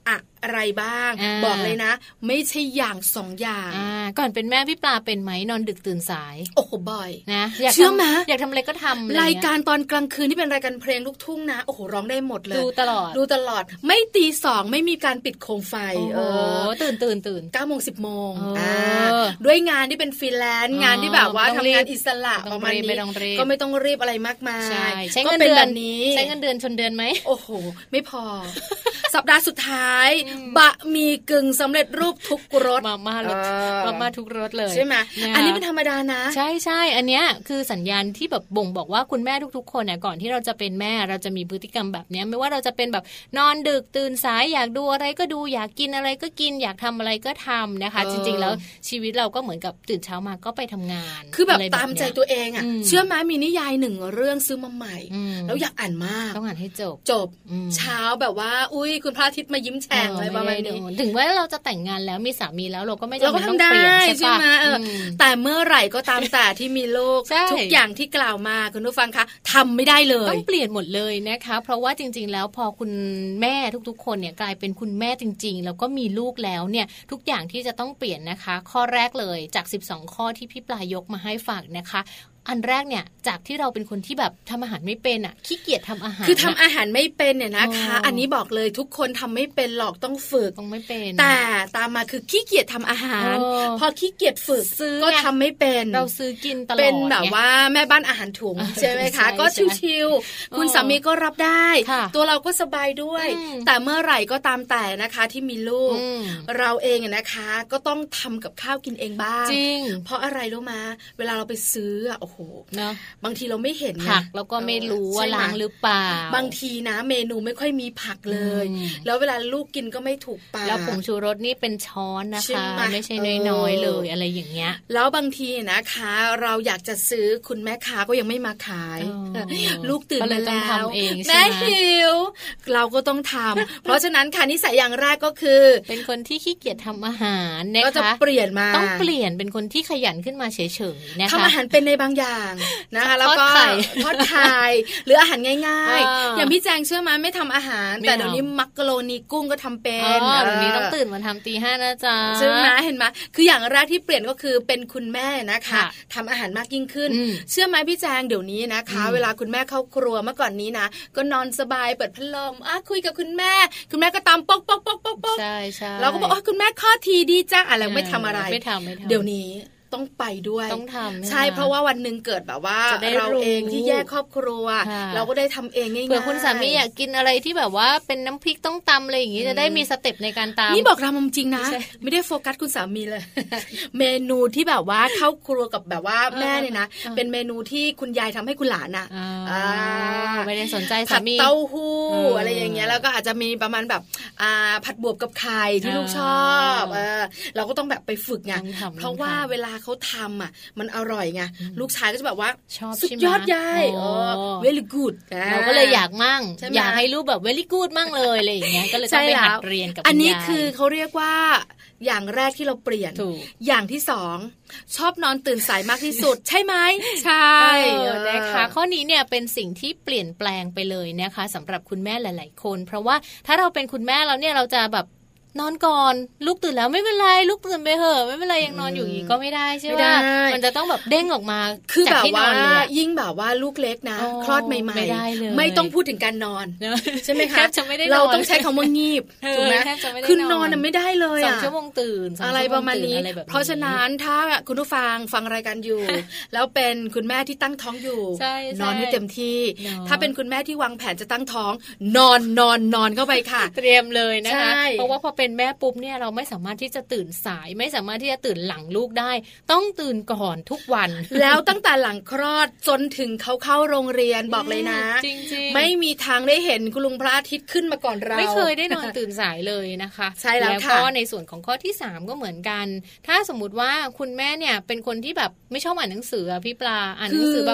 อะไรบ้างบอกเลยนะไม่ใช่อย่างสองอย่างก่อนเป็นแม่พี่ปลาเป็นไหมนอนดึกตื่นสายโอ้โหบ่อยนะเชื่อไหมอยากทำอะไรก็ทำรายการตอนกลางคืนที่เป็นรายการเพลงลูกทุ่งนะโอ้โหร้องได้หมดเลยดูตลอดดูตลอดไม่ตีสองไม่มีการปิดโคมไฟโอ้ตื่นตื่นตื่นเก้าโมงสิบโมงด้วยงานที่เป็นฟรีแลนซ์งานที่แบบว่าทำงานอิสระประมาณนี้ก็ไม่ต้องรีบอะไรมากมายก็เป็นแบบนี้ใช้เงินเดือนชนเดือนไหมโอ้โหไม่พอสัปดาห์สุดท้ายบะหมี่กึ่งสำเร็จรูปทุกรสมาม่ารสมาม่าทุกรสเลยใช่ไหมอันนี้เป็นธรรมดานะใช่ใช่อันเนี้ยคือสัญญาณที่แบบบ่งบอกว่าคุณแม่ทุกๆคนเนี่ยก่อนที่เราจะเป็นแม่เราจะมีพฤติกรรมแบบนี้ไม่ว่าเราจะเป็นแบบนอนดึกตื่นสายอยากดูอะไรก็ดูอยากกินอะไรก็กินอยากทำอะไรก็ทำนะคะจริงๆแล้วชีวิตเราก็เหมือนกับตื่นเช้ามาก็ไปทำงานคือแบบตามใจตัวเองอ่ะเชื่อไหมมีนิยายหนึ่งเรื่องซื้อมาใหม่แล้วอยากอ่านมากต้องอ่านให้จบจบเช้าแบบว่าอุ้ยคุณพระอาทิตย์มายิ้มแฉ่งอะไรประมาณนี้ถึงว่าเราจะแต่งงานแล้วมีสามีแล้วเราก็ไม่จำเป็นต้องเปลี่ยนใช่ปะแต่เมื่อไหร่ก็ตามแต่ที่มีลูกทุกอย่างที่กล่าวมาคุณผู้ฟังคะทำไม่ได้เลยต้องเปลี่ยนหมดเลยนะคะเพราะว่าจริงๆแล้วพอคุณแม่ทุกๆคนเนี่ยกลายเป็นคุณแม่จริงๆแล้วก็มีลูกแล้วเนี่ยทุกอย่างที่จะต้องเปลี่ยนนะคะข้อแรกเลยจากสิบสองข้อที่พี่ปลายกมาให้ฝากนะคะอันแรกเนี่ยจากที่เราเป็นคนที่แบบทำอาหารไม่เป็นอ่ะขี้เกียจทำอาหารคือทำอาหารไม่เป็นเนี่ยนะคะอันนี้บอกเลยทุกคนทำไม่เป็นหรอกต้องฝึกต้องไม่เป็นแต่ตามมาคือขี้เกียจทำอาหารพอขี้เกียจฝึกก็ทำไม่เป็นเราซื้อกินตลอดเป็นแบบว่าแม่บ้านอาหารถุงใช่ไหมคะก็ชิวๆคุณสามีก็รับได้ตัวเราก็สบายด้วยแต่เมื่อไหร่ก็ตามแต่นะคะที่มีลูกเราเองนะคะก็ต้องทำกับข้าวกินเองบ้างจริงเพราะอะไรรู้มาเวลาเราไปซื้ออ่ะโอ้โหเนาะบางทีเราไม่เห็นผักแล้วก็ไม่รู้ว่าล้างหรือเปล่าบางทีนะเมนูไม่ค่อยมีผักเลยแล้วเวลาลูกกินก็ไม่ถูกปากแล้วผงชูรสนี่เป็นช้อนนะคะไม่ใช่น้อยๆเลยอะไรอย่างเงี้ยแล้วบางทีนะคะเราอยากจะซื้อคุณแม่ค้าก็ยังไม่มาขายลูกตื่นมาแล้วแม่หิวเราก็ต้องทำเพราะฉะนั้นค่ะนิสัยอย่างแรกก็คือเป็นคนที่ขี้เกียจทำอาหารนะคะก็จะเปลี่ยนมาต้องเปลี่ยนเป็นคนที่ขยันขึ้นมาเฉยๆนะคะทำอาหารเป็นในบางอย่างนะคะแล้วก็ทอดไข่หรืออาหารง่ายๆอย่างพี่แจงเชื่อไหมไม่ทำอาหารแต่เดี๋ยวนี้มักกะโรนีกุ้งก็ทำเป็นเดี๋ยวนี้ต้องตื่นมาทำตีห้านะจ๊ะใช่ไหมเห็นไหมคืออย่างแรกที่เปลี่ยนก็คือเป็นคุณแม่นะคะทำอาหารมากยิ่งขึ้นเชื่อไหมพี่แจงเดี๋ยวนี้นะคะเวลาคุณแม่เข้าครัวเมื่อก่อนนี้นะก็นอนสบายเปิดพัดลมอ่ะคุยกับคุณแม่คุณแม่ก็ตำป๊อกป๊อกป๊อกป๊อกป๊อกใช่ใช่เราก็บอกว่าคุณแม่ข้อทีดีจ้าอะไรไม่ทำอะไรไม่ทำไม่ทำเดี๋ยวนี้ต้องไปด้วยต้องทำใช่เพราะว่าวันหนึ่งเกิดแบบว่าเราเองที่แยกครอบครัวเราก็ได้ทำเองง่ายๆเผื่อคุณสามีอยากกินอะไรที่แบบว่าเป็นน้ำพริกต้องตำอะไรอย่างงี้จะได้มีสเต็ปในการตำนี่บอกรำจริงนะไม่ได้โฟกัสคุณสามีเลยเมนูที่แบบว่าเข้าครัวกับแบบว่าแม่เนี่ยนะเป็นเมนูที่คุณยายทำให้คุณหลานอ่ะไม่ได้สนใจสามีผัดเต้าหู้อะไรอย่างเงี้ยแล้วก็อาจจะมีประมาณแบบผัดบวบกับไข่ที่ลูกชอบเราก็ต้องแบบไปฝึกไงเพราะว่าเวลาเขาทำอ่ะมันอร่อยไงลูกชายก็จะแบบว่าสุดยอดยายเออ very good เราก็เลยอยากมั่งอยากให้ลูกแบบ very good มั่งเลยอะไรอย่างเงี้ยก็เลยต้องไปหัดเรียนกับคุณยายอันนี้คือเขาเรียกว่าอย่างแรกที่เราเปลี่ยนอย่างที่สองชอบนอนตื่นสายมากที่สุดใช่ไหมใช่นะคะข้อนี้เนี่ยเป็นสิ่งที่เปลี่ยนแปลงไปเลยนะคะสำหรับคุณแม่หลายๆคนเพราะว่าถ้าเราเป็นคุณแม่แล้วเนี่ยเราจะแบบนอนก่อนลูกตื่นแล้วไม่เป็นไรลูกตื่นไปเหอะไม่เป็นไรยังนอนอยู่อย่างนี้ก็ไม่ได้ใช่ไหมมันจะต้องแบบเด้งออกมาคือแบบว่ายิ่งแบบว่าลูกเล็กนะคลอดใหม่ๆไม่ได้เลยไม่ต้องพูดถึงการนอนใช่ไหมคะเราต้องใช้คำว่างีบถูกไหมคือนอนไม่ได้เลยสองชั่วโมงตื่นอะไรประมาณนี้เพราะฉะนั้นถ้าคุณผู้ฟังฟังรายการอยู่แล้วเป็นคุณแม่ที่ตั้งท้องอยู่นอนให้เต็มที่ถ้าเป็นคุณแม่ที่วางแผนจะตั้งท้องนอนนอนนอนเข้าไปค่ะเตรียมเลยนะคะเพราะว่าพอเป็นแม่ปุ๊บเนี่ยเราไม่สามารถที่จะตื่นสายไม่สามารถที่จะตื่นหลังลูกได้ต้องตื่นก่อนทุกวันแล้วตั้งแต่หลังคลอดจนถึงเขาเข้าโรงเรียนบอกเลยนะจริงๆไม่มีทางได้เห็นคุณลุงพระอาทิตย์ขึ้นมาก่อนเราไม่เคยได้นอนตื่นสายเลยนะคะใช่แล้วค่ะแล้วก็ในส่วนของข้อที่สามก็เหมือนกันถ้าสมมติว่าคุณแม่เนี่ยเป็นคนที่แบบไม่ชอบอ่านหนังสือพี่ปลาอ่านหนังสือแบบ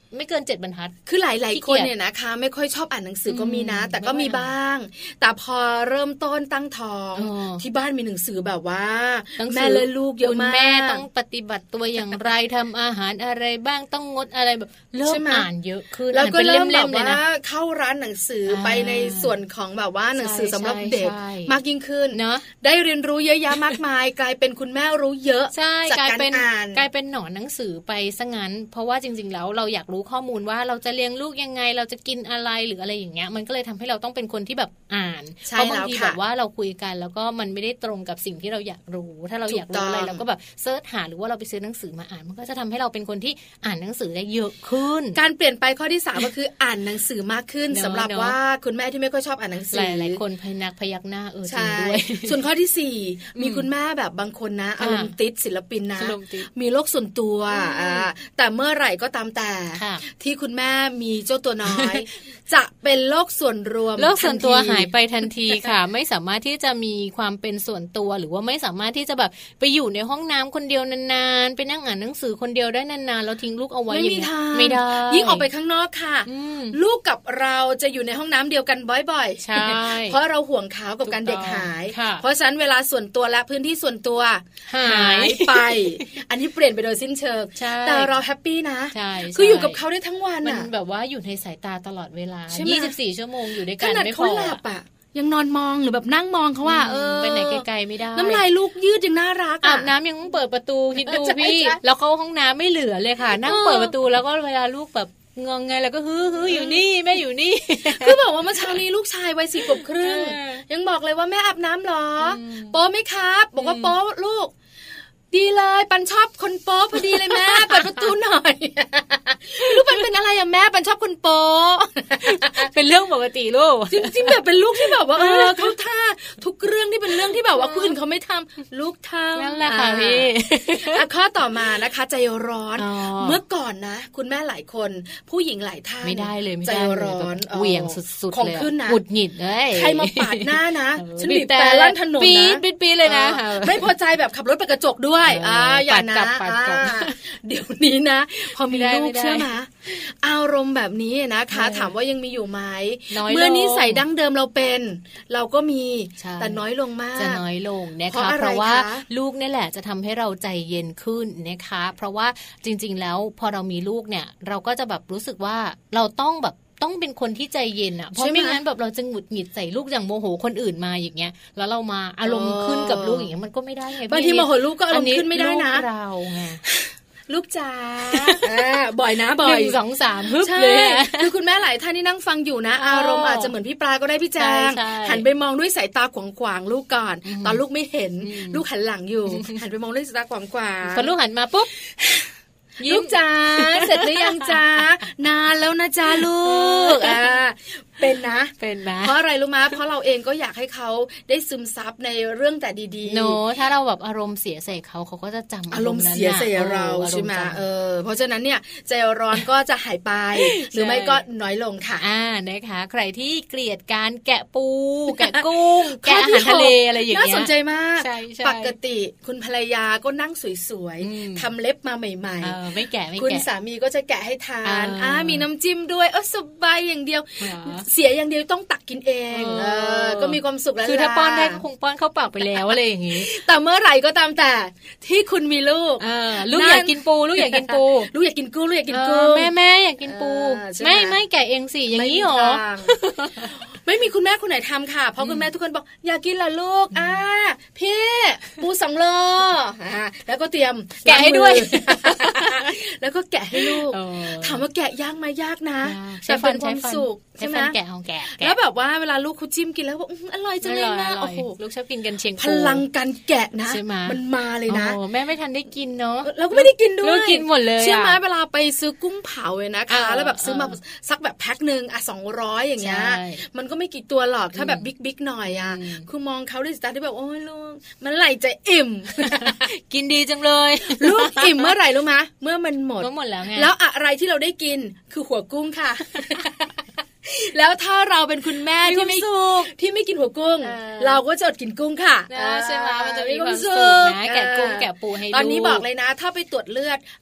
ไม่เกินเจ็ดบรรทัดคือหลายๆคนเนี่ยนะคะไม่ค่อยชอบอ่านหนังสือก็มีนะแต่ก็มีบ้างแต่พอเริ่มต้นตั้งท้องที่บ้านมีหนังสือแบบว่าแม่และลูกเยอะมากคุณแม่ต้องปฏิบัติตัวอย่างไรทำอาหารอะไรบ้างต้องงดอะไรแบบเริ่มอ่านเยอะขึ้นแล้วก็เริ่มแบบว่าเข้าร้านหนังสือไปในส่วนของแบบว่าหนังสือสำหรับเด็กมากยิ่งขึ้นเนาะได้เรียนรู้เยอะแยะมากมายกลายเป็นคุณแม่รู้เยอะจากการอ่านกลายเป็นหนอนหนังสือไปซะงั้นเพราะว่าจริงๆแล้วเราอยากรู้ข้อมูลว่าเราจะเลี้ยงลูกยังไงเราจะกินอะไรหรืออะไรอย่างเงี้ยมันก็เลยทำให้เราต้องเป็นคนที่แบบอ่านเพราะบางทีแบบว่าเราคุยกันแล้วก็มันไม่ได้ตรงกับสิ่งที่เราอยากรู้ถ้าเราอยากรู้อะไรเราก็แบบเสิร์ชหาหรือว่าเราไปซื้อหนังสือมาอ่านมันก็จะทำให้เราเป็นคนที่อ่านหนังสือได้เยอะขึ้นการเปลี่ยนไปข้อที่สามก็คืออ่านหนังสือมากขึ้นสำหรับว่าคุณแม่ที่ไม่ค่อยชอบอ่านหนังสือหลายๆคนพยักพยักหน้าเออจริงด้วยส่วนข้อที่สี่มีคุณแม่แบบบางคนนะอารมณ์ติดศิลปินนะมีโลกส่วนตัวแต่เมื่อไหร่ก็ตามแต่ที่คุณแม่มีเจ้าตัวน้อยจะเป็นโลกส่วนรวมโลกส่วนตัวหายไปทันทีค่ะไม่สามารถที่จะมีความเป็นส่วนตัวหรือว่าไม่สามารถที่จะแบบไปอยู่ในห้องน้ำคนเดียวนานๆไปนั่งอ่านหนังสือคนเดียวได้นานๆแล้วทิ้งลูกเอาไว้อย่างนี้ไม่ได้ยิ่งออกไปข้างนอกค่ะลูกกับเราจะอยู่ในห้องน้ำเดียวกันบ่อยๆใช่เพราะเราห่วงเขากับการเด็กหายเพราะฉะนั้นเวลาส่วนตัวและพื้นที่ส่วนตัวหายไปอันนี้เปลี่ยนไปโดยสิ้นเชิงแต่เราแฮปปี้นะคืออยู่กับเขาได้ทั้งวันมันแบบว่าอยู่ในสายตาตลอดเวลายี่สิบสี่ชั่วโมงอยู่ด้วยกันไม่พอขนาดเขาหลับอ่ะยังนอนมองหรือแบบนั่งมองเขาว่าเออไปไหนไกลๆไม่ได้น้ำลายลูกยืดยังน่ารักอาบน้ำยังต้องเปิดประตูคิดดูพี่แล้วเข้าห้องน้ำไม่เหลือเลยค่ะนั่งเปิดประตูแล้วก็เวลาลูกแบบงงไงแล้วก็ฮือฮืออยู่นี่แม่อยู่นี่คือบอกว่าเมื่อเช้านี้ลูกชายวัยสี่ขวบครึ่งยังบอกเลยว่าแม่อาบน้ำหรอโป๊ไหมครับบอกว่าโป๊ลูกดีเลยปันชอบคนโป๊พอดีเลยแม่เปิดประตูหน่อยลูกปันเป็นอะไรอะแม่ปันชอบคนโป๊เป็นเรื่องปกติลูกจริงๆแบบเป็นลูกที่แบบว่าเออเขาท่าทุกเรื่องที่เป็นเรื่องที่แบบว่าคนอื่นเขาไม่ทำลูกทำนั่นแหละค่ะพี่ข้อต่อมานะคะใจร้อนเมื่อก่อนนะคุณแม่หลายคนผู้หญิงหลายท่านไม่ได้เลยใจร้อนเหวี่ยงสุดๆเลยหงุดหงิดเลยใครมาปาดหน้านะฉันบีบแต่ลั่นถนนนะปี๊ดปี๊ดเลยนะไม่พอใจแบบขับรถไปกระจกด้วยอ่าอย่านะเดี๋ยวนี้นะพอมีลูกเชื่อไหมอารมณ์แบบนี้นะคะถามว่ายังมีอยู่ไหมเมื่อนิสัยดั้งเดิมเราเป็นเราก็มีแต่น้อยลงมากจะน้อยลงนะคะเพราะว่าลูกนี่แหละจะทำให้เราใจเย็นขึ้นนะคะเพราะว่าจริงๆแล้วพอเรามีลูกเนี่ยเราก็จะแบบรู้สึกว่าเราต้องแบบต้องเป็นคนที่ใจเย็นอ่ะเพราะไม่งั้นแบบเราจะหงุดหงิดใส่ลูกอย่างโมโหคนอื่นมาอย่างเงี้ยแล้วเรามาอารมณ์ขึ้นกับลูกอย่างเงี้ยมันก็ไม่ได้ไงบางทีโมโหลูกก็อารมณ์ขึ้นไม่ได้นะเราไงลูกจ๋าบ่อยนะบ่อยหนึ่งสองสามฮึบเลยคือคุณแม่หลายท่านที่นั่งฟังอยู่นะอารมณ์อาจจะเหมือนพี่ปลาก็ได้พี่แจงหันไปมองด้วยสายตาขวางๆลูกก่อนตอนลูกไม่เห็นลูกหันหลังอยู่หันไปมองด้วยสายตาขวางๆพอลูกหันมาปุ๊บลูกจ๋าเสร็จหรือยังจ๋านานแล้วนะจ๊ะลูกอ่าเป็นนะเป็นนะเพราะอะไรรู้มั้ยเพราะเราเองก็อยากให้เขาได้ซึมซับในเรื่องแต่ดีๆโนถ้าเราแบบอารมณ์เสียใส่เขาเขาก็จะจำอารมณ์เสียใส่เราใช่ไหมเออเพราะฉะนั้นเนี่ยใจร้อนก็จะหายไปหรือไม่ก็น้อยลงค่ะอ่านะคะใครที่เกลียดการแกะปูแกะกุ้งแกะอาหารทะเลอะไรอย่างเงี้ยน่าสนใจมากปกติคุณภรรยาก็นั่งสวยๆทำเล็บมาใหม่ๆไม่แกะไม่แกะคุณสามีก็จะแกะให้ทานอ่ามีน้ำจิ้มด้วยเออสบายอย่างเดียวเสียอย่างเดียวต้องตักกินเองเออก็มีความสุขแล้วคือถ้าป้อนได้ก็คงป้อนเข้าปากไปแล้วอะไรอย่างงี้แต่เมื่อไหร่ก็ตามแต่ที่คุณมีลูกลูกอยากกินปูลูกอยากกินปูลูกอยากกินกุ้งลูกอยากกินกุ้งแม่แม่อยากกินปูไม่ไม่แกะเองสิอย่างนี้หรอไม่มีคุณแม่คนไหนทำค่ะเพราะคุณแม่ทุกคนบอกอยากกินล่ะลูกอ่าพี่ปูสองโลอ่าแล้วก็เตรียมแกะให้ด้วยแล้วก็แกะให้ลูกถามว่าแกะยากไหมยากนะแต่เป็นความสุขใช่ไหมแกะของแกะแล้วแบบว่าเวลาลูกเขาจิ้มกินแล้วบอกอร่อยจังเลยนะโอ้โหลูกชอบกินกันเชียงพลังการแกะนะมันมาเลยนะแม่ไม่ทันได้กินเนาะเราก็ไม่ได้กินด้วยลูกกินหมดเลยเชื่อไหมเวลาไปซื้อกุ้งเผาเลยนะคะแล้วแบบซื้อมาสักแบบแพ็คนึงอ่ะสองร้อยอย่างเงี้ยมันก็ไม่กี่ตัวหรอกถ้าแบบบิ๊กๆหน่อยอ่ะคือมองเขาด้วยสายตาที่แบบโอ้ยลูกมันไหลจะอิ่มกินดีจังเลยลูกอิ่มเมื่อไหร่รู้ไหมเมื่อมันหมดก็หมดแล้วไงแล้วอะไรที่เราได้กินคือหัวกุ้งค่ะ แล้วถ้าเราเป็นคุณแม่ที่ไม่ที่ไม่กินหัวกุ้งเราก็จะอดกินกุ้งค่ะใช่ไหมมันจะมีความสุขนะแกะกุ้งแกะปูให้ดูตอนนี้บอกเลยนะถ้าไปตรวจเลือด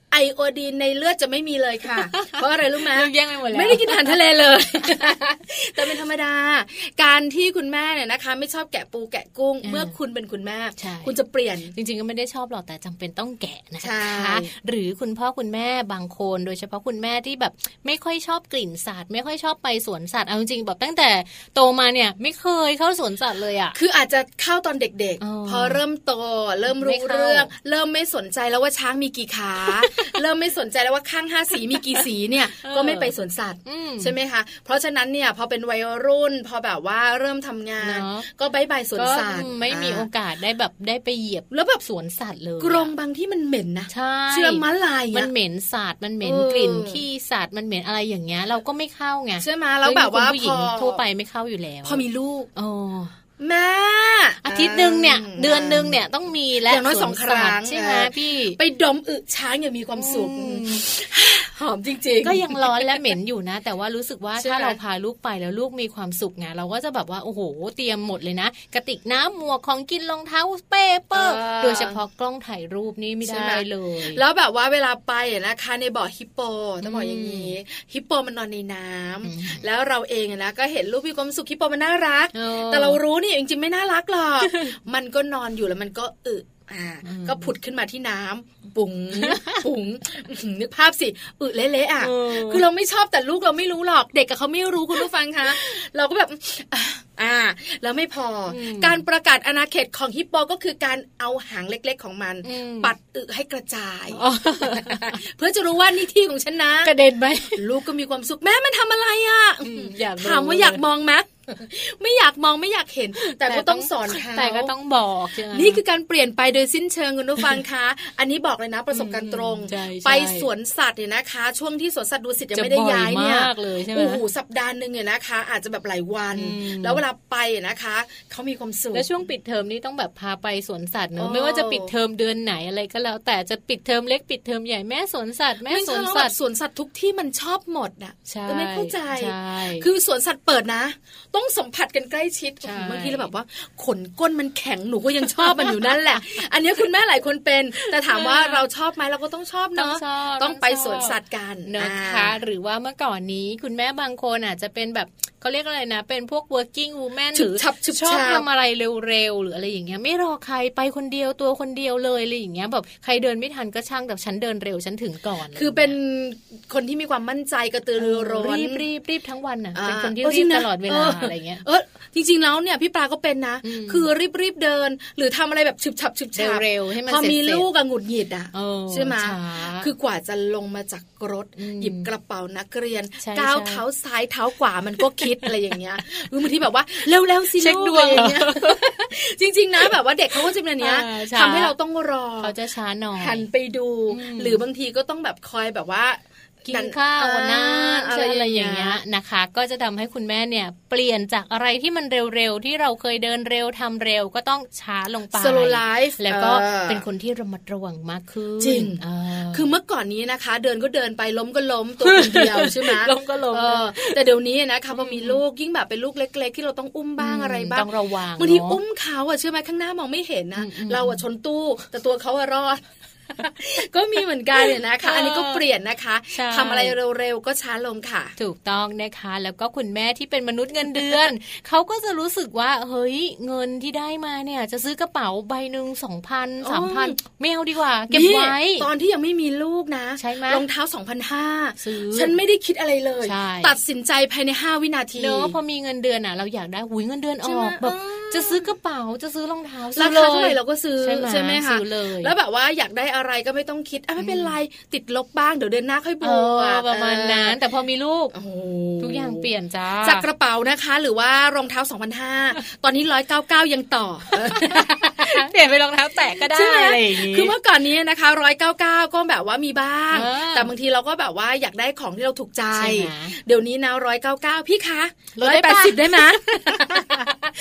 ไอโอดีนในเลือดจะไม่มีเลยค่ะเพราะอะไรรู้ไหมแย่งไปหมดแล้วไม่ได้กินอาหารทะเลเลยแต่เป็นธรรมดาการที่คุณแม่เนี่ยนะคะไม่ชอบแกะปูแกะกุ้งเมื่อคุณเป็นคุณแม่คุณจะเปลี่ยนจริงๆก็ไม่ได้ชอบหรอกแต่จำเป็นต้องแกะนะคะหรือคุณพ่อคุณแม่บางคนโดยเฉพาะคุณแม่ที่แบบไม่ค่อยชอบกลิ่นสัตว์ไม่ค่อยชอบไปสวนสัตว์เอาจริงๆแบบตั้งแต่โตมาเนี่ยไม่เคยเข้าสวนสัตว์เลยอ่ะคืออาจจะเข้าตอนเด็กๆพอเริ่มโตเริ่มรู้เรื่องเริ่มไม่สนใจแล้วว่าช้างมีกี่ขาเริ่มไม่สนใจแล้วว่าข้างห้าสีมีกี่สีเนี่ยก็ไม่ไปสวนสัตว์ใช่ไหมคะเพราะฉะนั้นเนี่ยพอเป็นวัยรุ่นพอแบบว่าเริ่มทำงานก็บายบายสวนสัตว์ไม่มีโอกาสได้แบบได้ไปเหยียบแล้วแบบสวนสัตว์เลยกรงบางที่มันเหม็นนะเชื่อม้าลายมันเหม็นสัตว์มันเหม็นกลิ่นขี้สัตว์มันเหม็นอะไรอย่างเงี้ยเราก็ไม่เข้าไงใช่ไหมแล้วแบบว่าผู้หญิงทั่วไปไม่เข้าอยู่แล้วพอมีลูกอ๋อแม่อาทิตย์นึงเนี่ยเดือนนึงเนี่ยต้องมีและอย่างน้อยสองครั้งใช่ไหมพี่ไปดมอึช้างอย่างมีความสุขหอมจริงๆก็ยังร้อนและเหม็นอยู่นะแต่ว่ารู้สึกว่าถ้าเราพาลูกไปแล้วลูกมีความสุขไงเราก็จะแบบว่าโอ้โหเตรียมหมดเลยนะกระติกน้ำหมวกของกินรองเท้าเป้เปอร์โดยเฉพาะกล้องถ่ายรูปนี่ไม่ได้เลยแล้วแบบว่าเวลาไปนะคะในบ่อฮิปโปต้องบอกอย่างนี้ฮิปโปมันนอนในน้ำแล้วเราเองนะก็เห็นลูกมีความสุขฮิปโปมันน่ารักแต่เรารู้นี่จริงๆไม่น่ารักหรอกมันก็นอนอยู่แล้วมันก็อึอ่าก็ผุดขึ้นมาที่น้ำปุ๋งปุ๋งนึกภาพสิอึเละๆอ่ะคือเราไม่ชอบแต่ลูกเราไม่รู้หรอกเด็กกับเขาไม่รู้คุณผู้ฟังคะเราก็แบบอ่าแล้วไม่พอการประกาศอาณาเขตของฮิปโปก็คือการเอาหางเล็กๆของมันปัดอึให้กระจายเพื่อจะรู้ว่านี่ที่ของฉันนะกระเด็นไหมลูกก็มีความสุขแม่มันทำอะไรอ่ะถามว่าอยากมองไหมไม่อยากมองไม่อยากเห็นแต่ก็ต้องสอนเขาแต่ก็ต้องบอกใช่ไหมนี่คือการเปลี่ยนไปโดยสิ้นเชิงคุณผู้ฟังคะอันนี้บอกเลยนะประสบการณ์ตรงไปสวนสัตว์เนี่ยนะคะช่วงที่สวนสัตว์ดุสิตยังไม่ได้ย้ายเนี่ยโอ้โหสัปดาห์นึงเนี่ยนะคะอาจจะแบบหลายวันแล้วเวลาไปนะคะเขามีความสุขแล้วช่วงปิดเทอมนี่ต้องแบบพาไปสวนสัตว์เนอะไม่ว่าจะปิดเทอมเดือนไหนอะไรก็แล้วแต่จะปิดเทอมเล็กปิดเทอมใหญ่แม่สวนสัตว์แม่สวนสัตว์สวนสัตว์ทุกที่มันชอบหมดอ่ะก็ไม่เข้าใจคือสวนสัตว์เปิดนะต้องสัมผัสกันใกล้ชิดบางทีเราแบบว่าขนก้นมันแข็งหนูก็ยังชอบมันอยู่นั่นแหละอันนี้คุณแม่หลายคนเป็นแต่ถามว่าเราชอบไหมเราก็ต้องชอบเนาะต้องไปสวนสัตว์กันนะคะหรือว่าเมื่อก่อนนี้คุณแม่บางคนอาจจะเป็นแบบเขาเรียกอะไรนะเป็นพวก working woman หรือชอบทำอะไรเร็วๆหรืออะไรอย่างเงี้ยไม่รอใครไปคนเดียวตัวคนเดียวเลยอะไรอย่างเงี้ยแบบใครเดินไม่ทันก็ช่างแต่ฉันเดินเร็วฉันถึงก่อนคือเป็นคนที่มีความมั่นใจกระตือรือร้นรีบรีบรีบทั้งวันน่ะเป็นคนที่รีบตลอดเวลาอะไรเงี้ยเออจริงๆแล้วเนี่ยพี่ปลาก็เป็นนะคือรีบรีบเดินหรือทำอะไรแบบฉึบฉับฉึบฉับเร็วๆให้มันพอมีลูกอะหงุดหงิดอะใช่ไหมคือกว่าจะลงมาจากรถหยิบกระเป๋านักเรียนก้าวเท้าซ้ายเท้าขวามันก็คิดอะไรอย่างเงี้ยบางทีแบบว่าเร็วๆสิลูกอะไรอย่างเงี้ยจริงๆนะแบบว่าเด็กเขาก็จะเป็นอย่างเนี้ยทำให้เราต้องรอเขาจะช้าหน่อยหันไปดูหรือบางทีก็ต้องแบบคอยแบบว่ากินข้าวน้ำอะไรอย่างเงี้ยนะคะก็จะทำให้คุณแม่เนี่ยเปลี่ยนจากอะไรที่มันเร็วๆที่เราเคยเดินเร็วทำเร็วก็ต้องช้าลงไป slow life แล้วก็เป็นคนที่ระมัดระวังมากขึ้นจริงคือเมื่อก่อนนี้นะคะเดินก็เดินไปล้มก็ล้มตัวคนเดียวใช่ไหมล้มก็ล้มแต่เดี๋ยวนี้นะคะพอมีลูกยิ่งแบบเป็นลูกเล็กๆที่เราต้องอุ้มบ้างอะไรบ้างต้องระวังบางทีอุ้มเขาอะเชื่อไหมข้างหน้ามองไม่เห็นนะเราอะชนตู้แต่ตัวเขาอะรอดก็มีเหมือนกันเนี่ยนะคะอันนี้ก็เปลี่ยนนะคะทำอะไรเร็วๆก็ช้าลงค่ะถูกต้องนะคะแล้วก็คุณแม่ที่เป็นมนุษย์เงินเดือน เขาก็จะรู้สึกว่าเฮ้ยเงินที่ได้มาเนี่ยจะซื้อกระเป๋าใบหนึ่งสองพันสามพันไม่เอาดีกว่าเก็บไว้ตอนที่ยังไม่มีลูกนะใช่ไหมรองเท้า สองพันห้าร้อย ฉันไม่ได้คิดอะไรเลยตัดสินใจภายในห้าวินาทีเนอะพอมีเงินเดือนอ่ะเราอยากได้หุยเงินเดือนออกแบบจะซื้อกระเป๋าจะซื้อรองเท้าราคาเท่าไหร่เราก็ซื้อใช่ไหมคะแล้วแบบว่าอยากได้อะไรก็ไม่ต้องคิดอ่ะไม่เป็นไรติดลบบ้างเดี๋ยวเดือนหน้าค่อยบวกประมาณนั้นแต่พอมีลูกทุกอย่างเปลี่ยนจ้าจากกระเป๋านะคะหรือว่ารองเท้า สองพันห้าร้อย ตอนนี้หนึ่งร้อยเก้าสิบเก้ายังต่อเปลี่ยนไปรองเท้าแตะก็ได้อะไรอย่างงี้คือเมื่อก่อนนี้นะคะหนึ่งร้อยเก้าสิบเก้าก็แบบว่ามีบ้างแต่บางทีเราก็แบบว่าอยากได้ของที่เราถูกใจเดี๋ยวนี้นะหนึ่งร้อยเก้าสิบเก้าพี่คะหนึ่งร้อยแปดสิบได้มั้ยนะ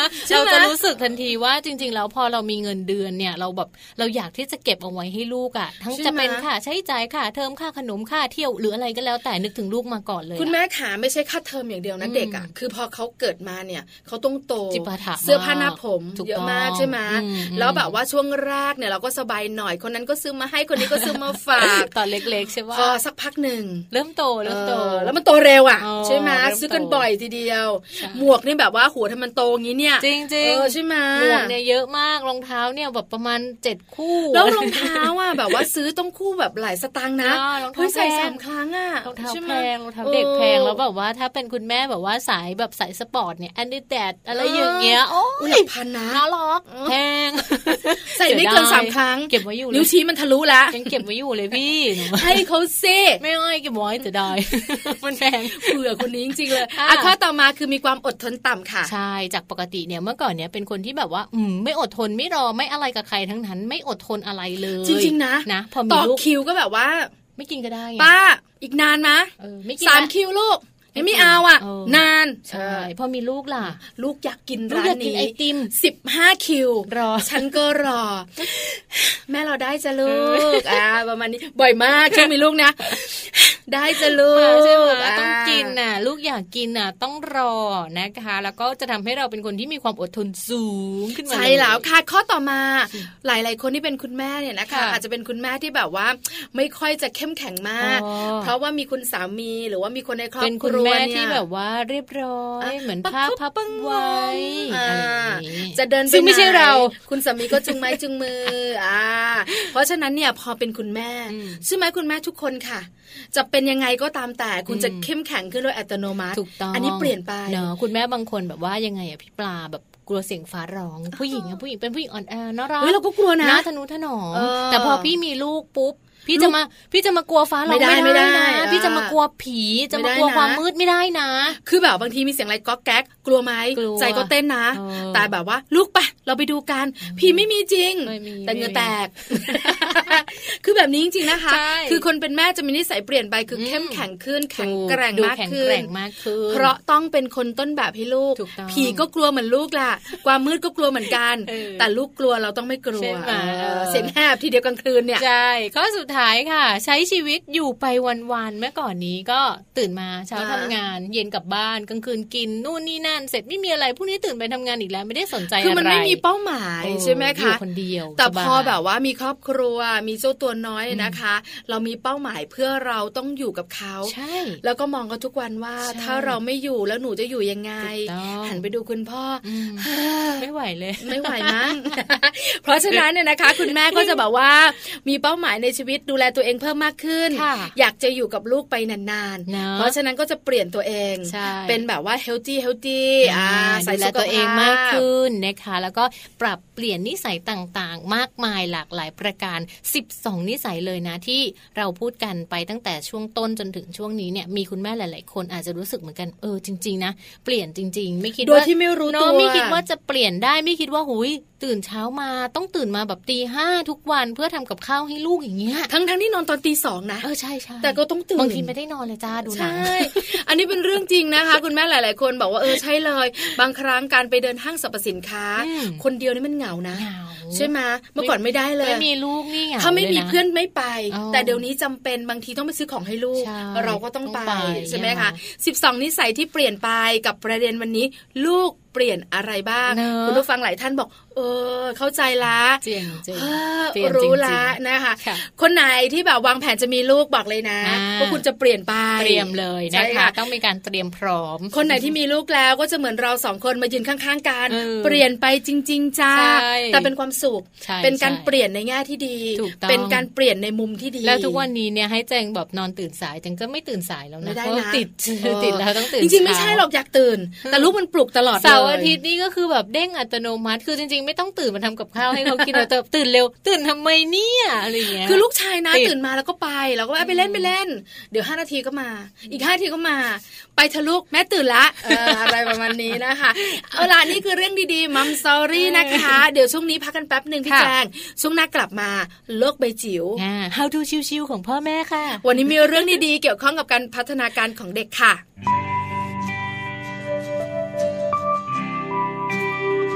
เราจะรู้สึกทันทีว่าจริงๆแล้วพอเรามีเงินเดือนเนี่ยเราแบบเราอยากที่จะเก็บเอาไว้ให้ลูกอ่ะทั้งจะเป็นค่าใช้จ่ายค่าเทอมค่าขนมค่าเที่ยวหรืออะไรก็แล้วแต่นึกถึงลูกมาก่อนเลยคุณแม่ขาไม่ใช่ค่าเทอมอย่างเดียวนะเด็กอ่ะคือพอเขาเกิดมาเนี่ยเขาต้องโตเสื้อผ้าหน้าผมเยอะมากใช่ไหมแล้วแบบว่าช่วงแรกเนี่ยเราก็สบายหน่อยคนนั้นก็ซื้อมาให้คนนี้ก็ซื้อมาฝากตอนเล็กๆใช่ป่ะพอสักพักหนึ่งเริ่มโตเริ่มโตแล้วมันโตเร็วอ่ะใช่ไหมซื้อกันบ่อยทีเดียวหมวกนี่แบบว่าหัวทำมันโตงี้เนี่ยจริงจริงใช่ไหมหมวกเนี่ยเยอะมากรองเท้าเนี่ยแบบประมาณเจ็ดคู่แล้วรองเท้าอ่ะแบบว่าซื้อต้องคู่แบบหลายสตางค์นะเฮ้ยใส่สามครั้งอ่ะรองเท้าแพงรองเท้าเด็กแพงแล้วแบบว่าถ้าเป็นคุณแม่แบบว่าสายแบบสายสปอร์ตเนี่ยอันนี้แดดอะไรอย่างเงี้ยโอ้ยหลักพันนะน่ารักแพงใส่ไม่เกินสามครั้งเก็บไว้อยู่นิ้วชี้มันทะลุแล้วยังเก็บไว้อยู่เลยพี่ให้เขาเซ่ไม่ไม่เก็บไว้จะได้มันแพงเผื่อคนนี้จริงๆเลยอ่ะข้อต่อมาคือมีความอดทนต่ำค่ะใช่จากปกติเนี่ยเมื่อก่อนเนี่ยเป็นคนที่แบบว่าอืมไม่อดทนไม่รอไม่อะไรกับใครทั้งนั้นไม่อดทนอะไรเลยจริงๆนะนะพอมีลูกต่อคิวก็แบบว่าไม่กินก็ได้ป้าอีกนานนะสามคิวลูกไม่เอาอ่ะนานใช่พอมีลูกล่ะลูกอยากกินร้านนี้ไอติมสิบห้าคิวรอฉันก็รอแม่เราได้จะลูกอ่าประมาณนี้บ่อยมากช่วงมีลูกนะได้จะลูกใช่ไหมต้องกินน่ะลูกอยากกินน่ะต้องรอนะคะแล้วก็จะทำให้เราเป็นคนที่มีความอดทนสูงขึ้นมาใช่แล้วค่ะข้อต่อมาหลายๆคนที่เป็นคุณแม่เนี่ยนะคะอาจจะเป็นคุณแม่ที่แบบว่าไม่ค่อยจะเข้มแข็งมากเพราะว่ามีคุณสามีหรือว่ามีคนในครอบครัวแม่ที่แบบว่าเรียบร้อยเหมือนผ้าพับไว้จะเดินซึ่งไม่ใช่เราคุณสามีก็จุงไม้จุงมืออ่าเพราะฉะนั้นเนี่ยพอเป็นคุณแม่ใช่ไหมคุณแม่ทุกคนค่ะจะเป็นยังไงก็ตามแต่คุณจะเข้มแข็งขึ้นโดยอัตโนมัติถูกต้องอันนี้เปลี่ยนไปเนาะคุณแม่บางคนแบบว่ายังไงอะพี่ปลาแบบกลัวเสียงฟ้าร้องผู้หญิงอะผู้หญิงเป็นผู้หญิงอ่อนแอน่ารักเฮ้ยเราก็กลัวนะน่าทนุถนอมแต่พอพี่มีลูกปุ๊บพี่จะมาพี่จะมากลัวฟ้าร้องไม่ได้ไม่ได้นะพี่จะมากลัวผีจะมากลัวความมืดไม่ได้นะคือแบบบางทีมีเสียงอะไรก๊อกแก๊กกลัวไหมใจก็เต้นนะแต่แบบว่าลูกไปเราไปดูกันผีไม่มีจริงแต่เหงื่อแตกคือแบบนี้จริงๆนะคะคือคนเป็นแม่จะมีนิสัยเปลี่ยนไปคือเข้มแข็งขึ้นแข็งแกร่งมากขึ้นเพราะต้องเป็นคนต้นแบบให้ลูกผีก็กลัวเหมือนลูกล่ะความมืดก็กลัวเหมือนกันแต่ลูกกลัวเราต้องไม่กลัวเสียงแหบทีเดียวกลางคืนเนี่ยใช่ข้อสุดท้ายค่ะใช้ชีวิตอยู่ไปวันๆเมื่อก่อนนี้ก็ตื่นมาเช้าทำงานเย็นกลับบ้านกลางคืนกินนู่นนี่นั่นเสร็จไม่มีอะไรพรุ่งนี้ตื่นไปทำงานอีกแล้วไม่ได้สนใจอะไรคือมันไม่มีเป้าหมายใช่ไหมคะอยู่คนเดียวแต่พอแบบว่ามีครอบครัวมีเจ้าตัวน้อยนะคะเรามีเป้าหมายเพื่อเราต้องอยู่กับเขาใช่แล้วก็มองกันทุกวันว่าถ้าเราไม่อยู่แล้วหนูจะอยู่ยังไงหันไปดูคุณพ่อไม่ไหวเลยไม่ไหวมั้งเพราะฉะนั้นเนี่ยนะคะคุณแม่ก็จะแบบว่ามีเป้าหมายในชีวิตดูแลตัวเองเพิ่มมากขึ้นอยากจะอยู่กับลูกไปนานๆเพราะฉะนั้นก็จะเปลี่ยนตัวเองเป็นแบบว่า healthy healthy ใส่ใจตัวเองมากขึ้นนะคะแล้วก็ปรับเปลี่ยนนิสัยต่างๆมากมายหลากหลายประการสิบสองนิสัยเลยนะที่เราพูดกันไปตั้งแต่ช่วงต้นจนถึงช่วงนี้เนี่ยมีคุณแม่หลายๆคนอาจจะรู้สึกเหมือนกันเออจริงๆนะเปลี่ยนจริงๆไม่คิดว่าโดยที่ไม่รู้ตัวไม่คิดว่าจะเปลี่ยนได้ไม่คิดว่าหุยตื่นเช้ามาต้องตื่นมาแบบตีห้าทุกวันเพื่อทำกับข้าวให้ลูกอย่างเงี้ยทั้งทั้งที่นอนตอนตีสองนะเออใช่ใช่แต่ก็ต้องตื่นบางทีไม่ได้นอนเลยจ้าดูนะใช่อันนี้เป็นเรื่องจริงนะคะคุณแม่หลายๆคนบอกว่าเออใช่เลยบางครั้งการไปเดินห้างสรรพสินค้าคนเดียวนี่มันเหงานะใช่ไหมเมื่อก่อนไม่ได้เลยไม่มีลูกนี่เหงาถ้าไม่มีเพื่อนไม่ไปแต่เดี๋ยวนี้จำเป็นบางทีต้องไปซื้อของให้ลูกเราก็ต้องไปใช่ไหมคะสิบสองนิสัยที่เปลี่ยนไปกับประเด็นวันนี้ลูกเปลี่ยนอะไรบ้างคุณผู้ฟังหลายท่านบอกเออเข้าใจละรู้ละนะคะคนไหนที่แบบวางแผนจะมีลูกบอกเลยนะว่าคุณจะเปลี่ยนไปเตรียมเลยนะคะต้องมีการเตรียมพร้อมคนไหนที่มีลูกแล้วก็จะเหมือนเราสองคนมายืนข้างๆกันเปลี่ยนไปจริงๆจ้าแต่เป็นความสุขเป็นการเปลี่ยนในแง่ที่ดีเป็นการเปลี่ยนในมุมที่ดีแล้วทุกวันนี้เนี่ยให้แจงแบบนอนตื่นสายแจงก็ไม่ตื่นสายแล้วนะเพราะติดติดแล้วต้องตื่นจริงๆไม่ใช่หรอกอยากตื่นแต่ลูกมันปลุกตลอดเสาร์อาทิตย์นี่ก็คือแบบเด้งอัตโนมัติคือจริงๆไม่ต้องตื่นมาทำกับข้าวให้เขากินเราตื่นเร็วตื่นทำไมเนี่ยอะไรอย่างเงี้ยคือลูกชายนะตื่นมาแล้วก็ไปเราก็ไปเล่นไปเล่นเดี๋ยวห้านาทีก็มาอีกห้านาทีก็มาไปทะลุแม่ตื่นละอะไรประมาณนี้นะคะเอาล่ะนี่คือเรื่องดีๆมัมสตอรี่นะคะเดี๋ยวช่วงนี้พักกันแป๊บนึงพี่แจงช่วงหน้ากลับมาโลกใบจิ๋ว How to ชิวๆของพ่อแม่ค่ะวันนี้มีเรื่องดีๆเกี่ยวข้องกับการพัฒนาการของเด็กค่ะ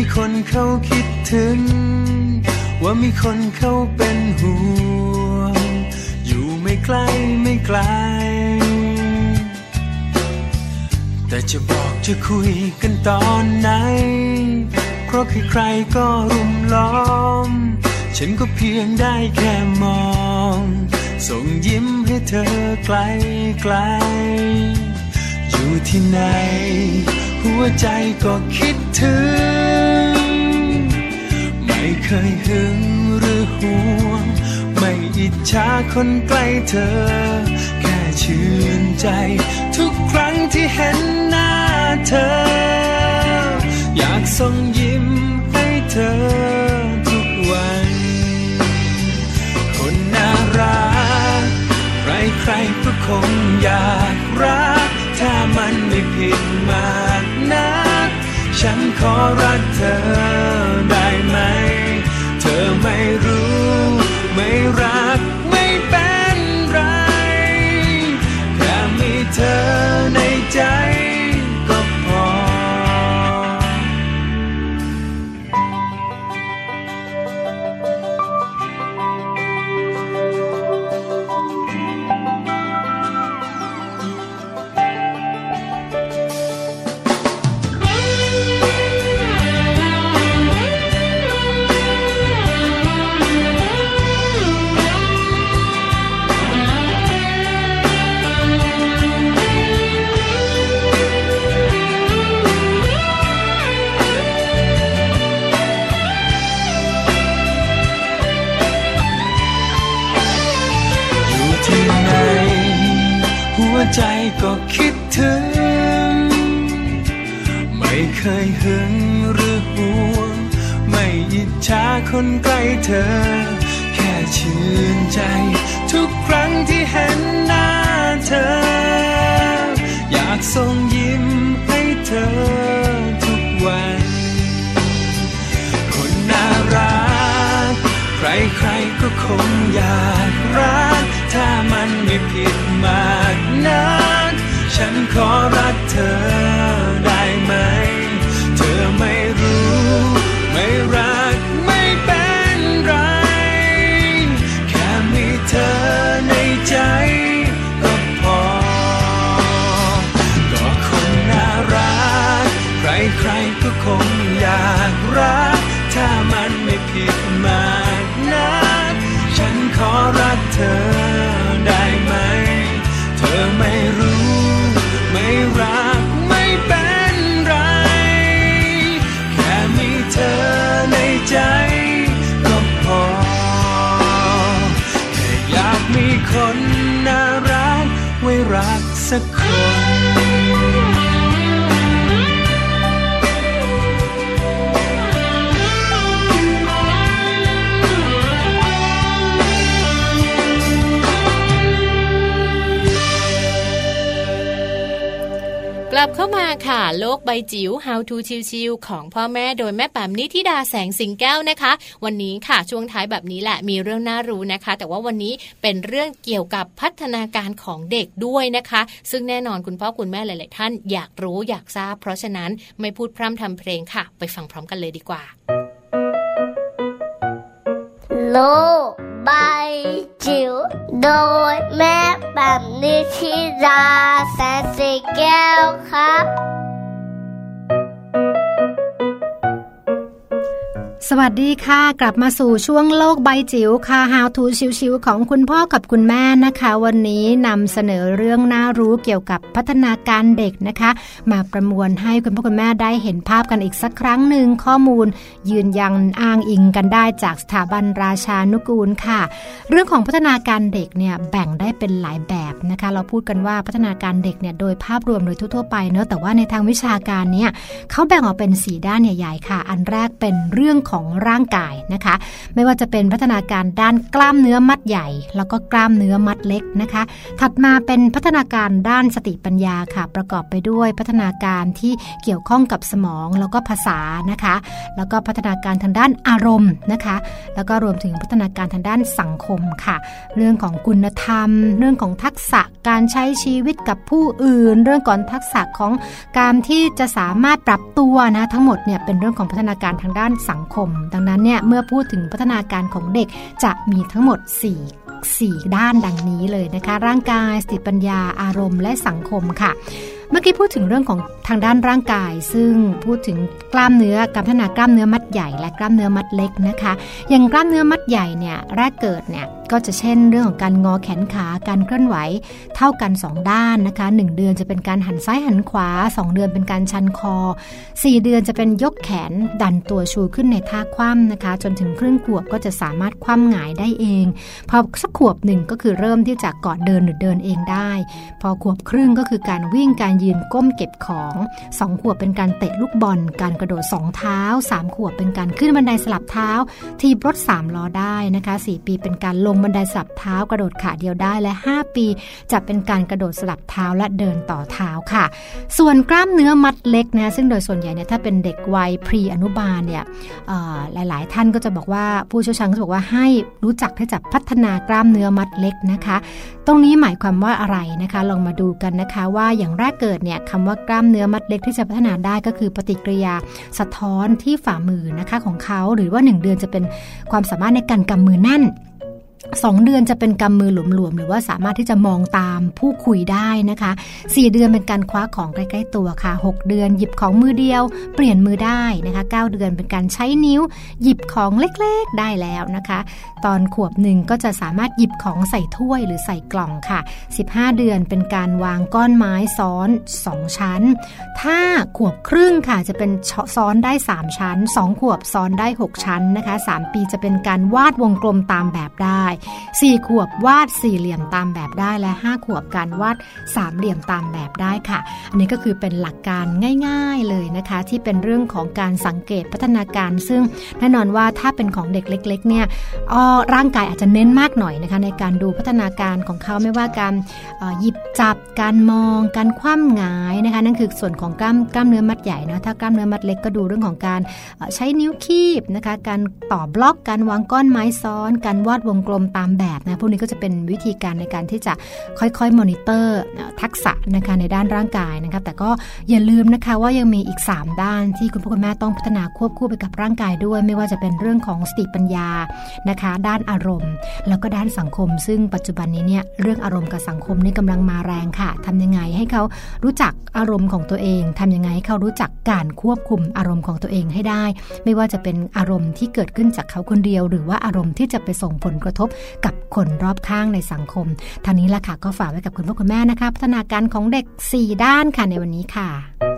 มีคนเขาคิดถึงว่ามีคนเขาเป็นห่วงอยู่ไม่ไกลไม่ไกลแต่จะบอกจะคุยกันตอนไหนเพราะใครๆก็รุมล้อมฉันก็เพียงได้แค่มองส่งยิ้มให้เธอไกลไกลอยู่ที่ไหนหัวใจก็คิดถึงไม่เคยหึงหรือห่วงไม่อิจฉาคนใกล้เธอแค่ชื่นใจทุกครั้งที่เห็นหน้าเธออยากส่งยิ้มให้เธอทุกวันคนน่ารักใครๆก็คงอยากรักถ้ามันไม่ผิดมากนักฉันขอรักเธอได้ไหมเธอไม่รู้ไม่รักไม่เป็นไรแค่มีเธอในใจก็พอใจก็คิดถึงไม่เคยหึงหรือห่วงไม่อิจฉาคนใกล้เธอแค่ชื่นใจทุกครั้งที่เห็นหน้าเธออยากส่งยิ้มให้เธอทุกวันคนน่ารักใครๆก็คงอยากรักถ้ามันไม่ผิดมากนักฉันขอรักเธอได้ไหมเธอไม่รู้ไม่รักไม่เป็นไรแค่มีเธอในใจก็พอก็คนน่ารักใครๆก็คงอยากรักถ้ามันไม่ผิดมากนักฉันขอรักเธอได้ไหมเธอไม่รู้ไม่รักไม่เป็นไรแค่มีเธอในใจก็พอแค่อยากมีคนน่ารักไว้รักสักคนกลับเข้ามาค่ะโลกใบจิ๋ว How to ชิวๆของพ่อแม่โดยแม่แป๋มนิธิดาแสงสิงแก้วนะคะวันนี้ค่ะช่วงท้ายแบบนี้แหละมีเรื่องน่ารู้นะคะแต่ว่าวันนี้เป็นเรื่องเกี่ยวกับพัฒนาการของเด็กด้วยนะคะซึ่งแน่นอนคุณพ่อคุณแม่หลายๆท่านอยากรู้อยากทราบเพราะฉะนั้นไม่พูดพร่ำทำเพลงค่ะไปฟังพร้อมกันเลยดีกว่าโลกใบจิ๋วโดยแม่แป๋มนิธิดาแสนสีแก้วครับสวัสดีค่ะกลับมาสู่ช่วงโลกใบจิ๋วค่ะ How to ชิวๆของคุณพ่อกับคุณแม่นะคะวันนี้นำเสนอเรื่องน่ารู้เกี่ยวกับพัฒนาการเด็กนะคะมาประมวลให้คุณพ่อคุณแม่ได้เห็นภาพกันอีกสักครั้งหนึ่งข้อมูลยืนยันอ้างอิงกันได้จากสถาบันราชานุกูลค่ะเรื่องของพัฒนาการเด็กเนี่ยแบ่งได้เป็นหลายแบบนะคะเราพูดกันว่าพัฒนาการเด็กเนี่ยโดยภาพรวมโดยทั่วๆไปเนอะแต่ว่าในทางวิชาการเนี่ยเขาแบ่งออกเป็นสี่ด้านใหญ่ๆค่ะอันแรกเป็นเรื่องของร่างกายนะคะไม่ว่าจะเป็นพัฒนาการด้านกล้ามเนื้อมัดใหญ่แล้วก็กล้ามเนื้อมัดเล็กนะคะถัดมาเป็นพัฒนาการด้านสติปัญญาค่ะประกอบไปด้วยพัฒนาการที่เกี่ยวข้องกับสมองแล้วก็ภาษานะคะแล้วก็พัฒนาการทางด้านอารมณ์นะคะแล้วก็รวมถึงพัฒนาการทางด้านสังคมค่ะเรื่องของคุณธรรมเรื่องของทักษษะการใช้ชีวิตกับผู้อื่นเรื่องก่อนทักษะของการที่จะสามารถปรับตัวนะทั้งหมดเนี่ยเป็นเรื่องของพัฒนาการทางด้านสังคมดังนั้นเนี่ยเมื่อพูดถึงพัฒนาการของเด็กจะมีทั้งหมดสี่สี่ด้านดังนี้เลยนะคะร่างกายสติปัญญาอารมณ์และสังคมค่ะเมื่อกี้พูดถึงเรื่องของทางด้านร่างกายซึ่งพูดถึงกล้ามเนื้อการพัฒนากล้ามเนื้อมัดใหญ่และกล้ามเนื้อมัดเล็กนะคะอย่างกล้ามเนื้อมัดใหญ่เนี่ยแรกเกิดเนี่ยก็จะเช่นเรื่องของการงอแขนขาการเคลื่อนไหวเท่ากันสองด้านนะคะหนึ่งเดือนจะเป็นการหันซ้ายหันขวาสองเดือนเป็นการชันคอสี่เดือนจะเป็นยกแขนดันตัวชูขึ้นในท่าคว่ำนะคะจนถึงครึ่งขวบก็จะสามารถคว่ำหงายได้เองพอสักขวบหนึ่งก็คือเริ่มที่จะเกาะเดินหรือเดินเองได้พอขวบครึ่งก็คือการวิ่งการยืนก้มเก็บของสองขวบเป็นการเตะลูกบอลการกระโดดสองเท้าสามขวบเป็นการขึ้นบันไดสลับเท้าถีบรถสามล้อได้นะคะสี่ปีเป็นการลงบันไดสลับเท้ากระโดดขาเดียวได้และห้าปีจะเป็นการกระโดดสลับเท้าและเดินต่อเท้าค่ะส่วนกล้ามเนื้อมัดเล็กนะซึ่งโดยส่วนใหญ่เนี่ยถ้าเป็นเด็กวัยพรีอนุบาลเนี่ยหลายๆท่านก็จะบอกว่าผู้เชี่ยวชาญก็จะบอกว่าให้รู้จักที่จะพัฒนากล้ามเนื้อมัดเล็กนะคะตรงนี้หมายความว่าอะไรนะคะลองมาดูกันนะคะว่าอย่างแรกเกิดเนี่ยคำว่ากล้ามเนื้อมัดเล็กที่จะพัฒนาได้ก็คือปฏิกิริยาสะท้อนที่ฝ่ามือนะคะของเขาหรือว่าหนึ่งเดือนจะเป็นความสามารถในการกำมือแน่นสองเดือนจะเป็นกำมือหลวมๆหรือว่าสามารถที่จะมองตามผู้คุยได้นะคะสี่เดือนเป็นการคว้าของใกล้ๆตัวค่ะหกเดือนหยิบของมือเดียวเปลี่ยนมือได้นะคะเก้าเดือนเป็นการใช้นิ้วหยิบของเล็กๆได้แล้วนะคะตอนขวบหนึ่งก็จะสามารถหยิบของใส่ถ้วยหรือใส่กล่องค่ะสิบห้าเดือนเป็นการวางก้อนไม้ซ้อนสองชั้นถ้าขวบครึ่งค่ะจะเป็นซ้อนได้สามชั้นสองขวบซ้อนได้หกชั้นนะคะสามปีจะเป็นการวาดวงกลมตามแบบได้สี่ขวบวาดสี่เหลี่ยมตามแบบได้และห้าขวบการวาดสามเหลี่ยมตามแบบได้ค่ะอันนี้ก็คือเป็นหลักการง่ายๆเลยนะคะที่เป็นเรื่องของการสังเกตพัฒนาการซึ่งแน่นอนว่าถ้าเป็นของเด็กเล็กๆเนี่ยร่างกายอาจจะเน้นมากหน่อยนะคะในการดูพัฒนาการของเขาไม่ว่าการหยิบจับการมองการคว่ำหงายนะคะนั่นคือส่วนของกล้ามกล้ามเนื้อมัดใหญ่นะถ้ากล้ามเนื้อมัดเล็กก็ดูเรื่องของการใช้นิ้วคีบนะคะการต่อบล็อกการวางก้อนไม้ซ้อนการวาดวงกลมตามแบบนะพวกนี้ก็จะเป็นวิธีการในการที่จะค่อยๆมอนิเตอร์ทักษะนะคะในด้านร่างกายนะคะแต่ก็อย่าลืมนะคะว่ายังมีอีกสามด้านที่คุณพ่อคุณแม่ต้องพัฒนาควบคู่ไปกับร่างกายด้วยไม่ว่าจะเป็นเรื่องของสติปัญญานะคะด้านอารมณ์แล้วก็ด้านสังคมซึ่งปัจจุบันนี้เนี่ยเรื่องอารมณ์กับสังคมนี่กำลังมาแรงค่ะทำยังไงให้เขารู้จักอารมณ์ของตัวเองทำยังไงให้เขารู้จักการควบคุมอารมณ์ของตัวเองให้ได้ไม่ว่าจะเป็นอารมณ์ที่เกิดขึ้นจากเขาคนเดียวหรือว่าอารมณ์ที่จะไปส่งผลกระทบกับคนรอบข้างในสังคมทางนี้ล่ะค่ะก็ฝากไว้กับคุณพ่อคุณแม่นะคะพัฒนาการของเด็กสี่ด้านค่ะในวันนี้ค่ะ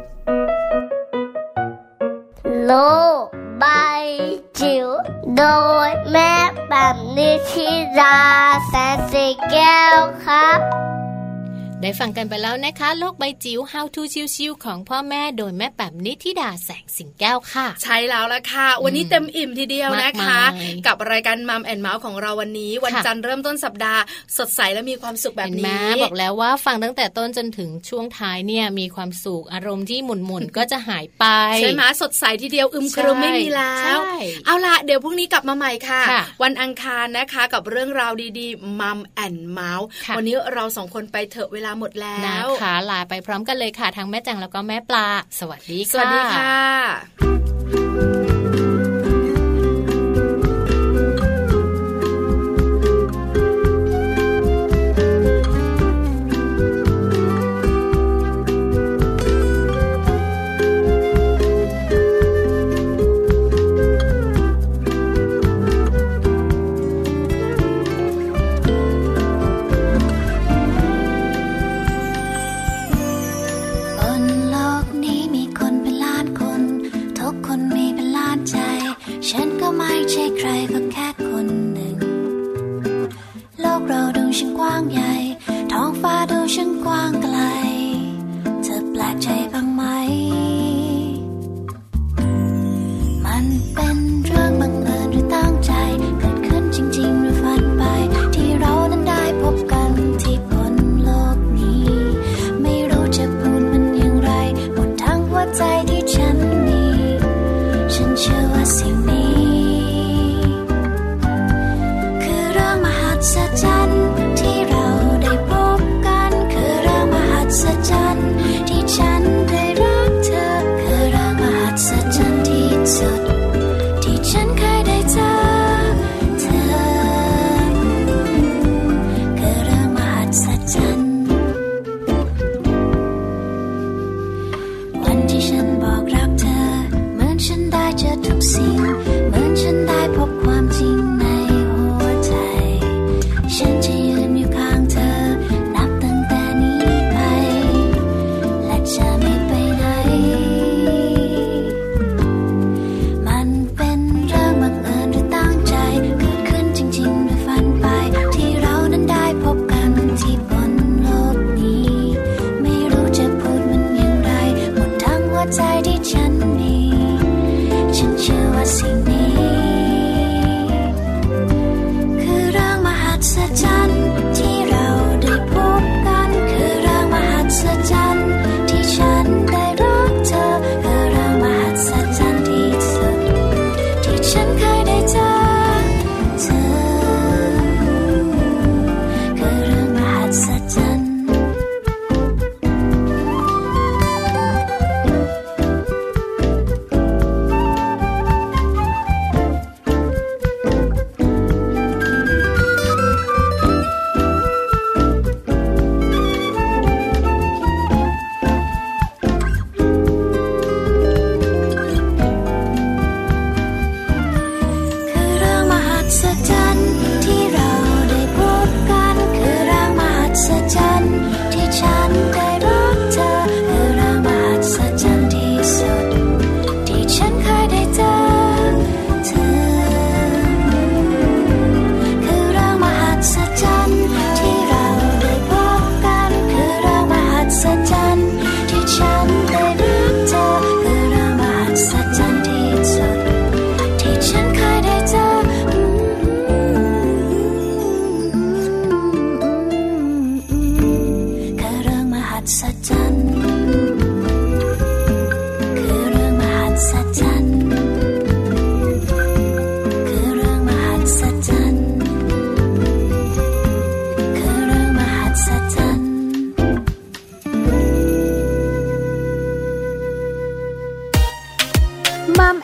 โลกใบจิ๋วโดยแม่แบบนิชิราแสนสีแก้วครับได้ฟังกันไปแล้วนะคะโลกใบจิ๋ว How to ชิวๆของพ่อแม่โดยแม่แป๋มนิธิดาแสงสิงแก้วค่ะใช่แล้วล่ะค่ะวันนี้เต็มอิ่มทีเดียวนะคะกับรายการมัมแอนด์เมาส์ของเราวันนี้วันจันทร์เริ่มต้นสัปดาห์สดใสและมีความสุขแบบนี้บอกแล้วว่าฟังตั้งแต่ต้นจนถึงช่วงท้ายเนี่ยมีความสุขอารมณ์ที่หมุนๆก็จะหายไปใช่ไหมสดใสทีเดียวอึมครึมไม่มีแล้วเอาล่ะเดี๋ยวพรุ่งนี้กลับมาใหม่ค่ะวันอังคารนะคะกับเรื่องราวดีๆมัมแอนด์เมาส์วันนี้เราสองคนไปเถอะเวลาหมดแล้วนะคะลาไปพร้อมกันเลยค่ะทั้งแม่แจงแล้วก็แม่ปลาสวัสดีค่ะสวัสดีค่ะฉันก็ไม่ใช่ใครก็แค่คนหนึ่งโลกเราดูช่างกว้างใหญ่ท้องฟ้าดูช่างกว้างไกลเธอแปลกใจบ้างไหมมันเป็นเรื่องบังเอิญหรือตั้งใจเกิดขึ้นจริงๆหรือฝันไปที่เรานั้นได้พบกันที่บนโลกนี้ไม่รู้จะพูดมันอย่างไรหมดทั้งหัวใจที่ฉันมีฉันเชื่อว่าสิ่งนี้คือเรื่องมหัศจรรย์ที่เราได้พบกัน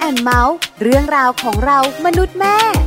แอนด์เมาส์เรื่องราวของเรามนุษย์แม่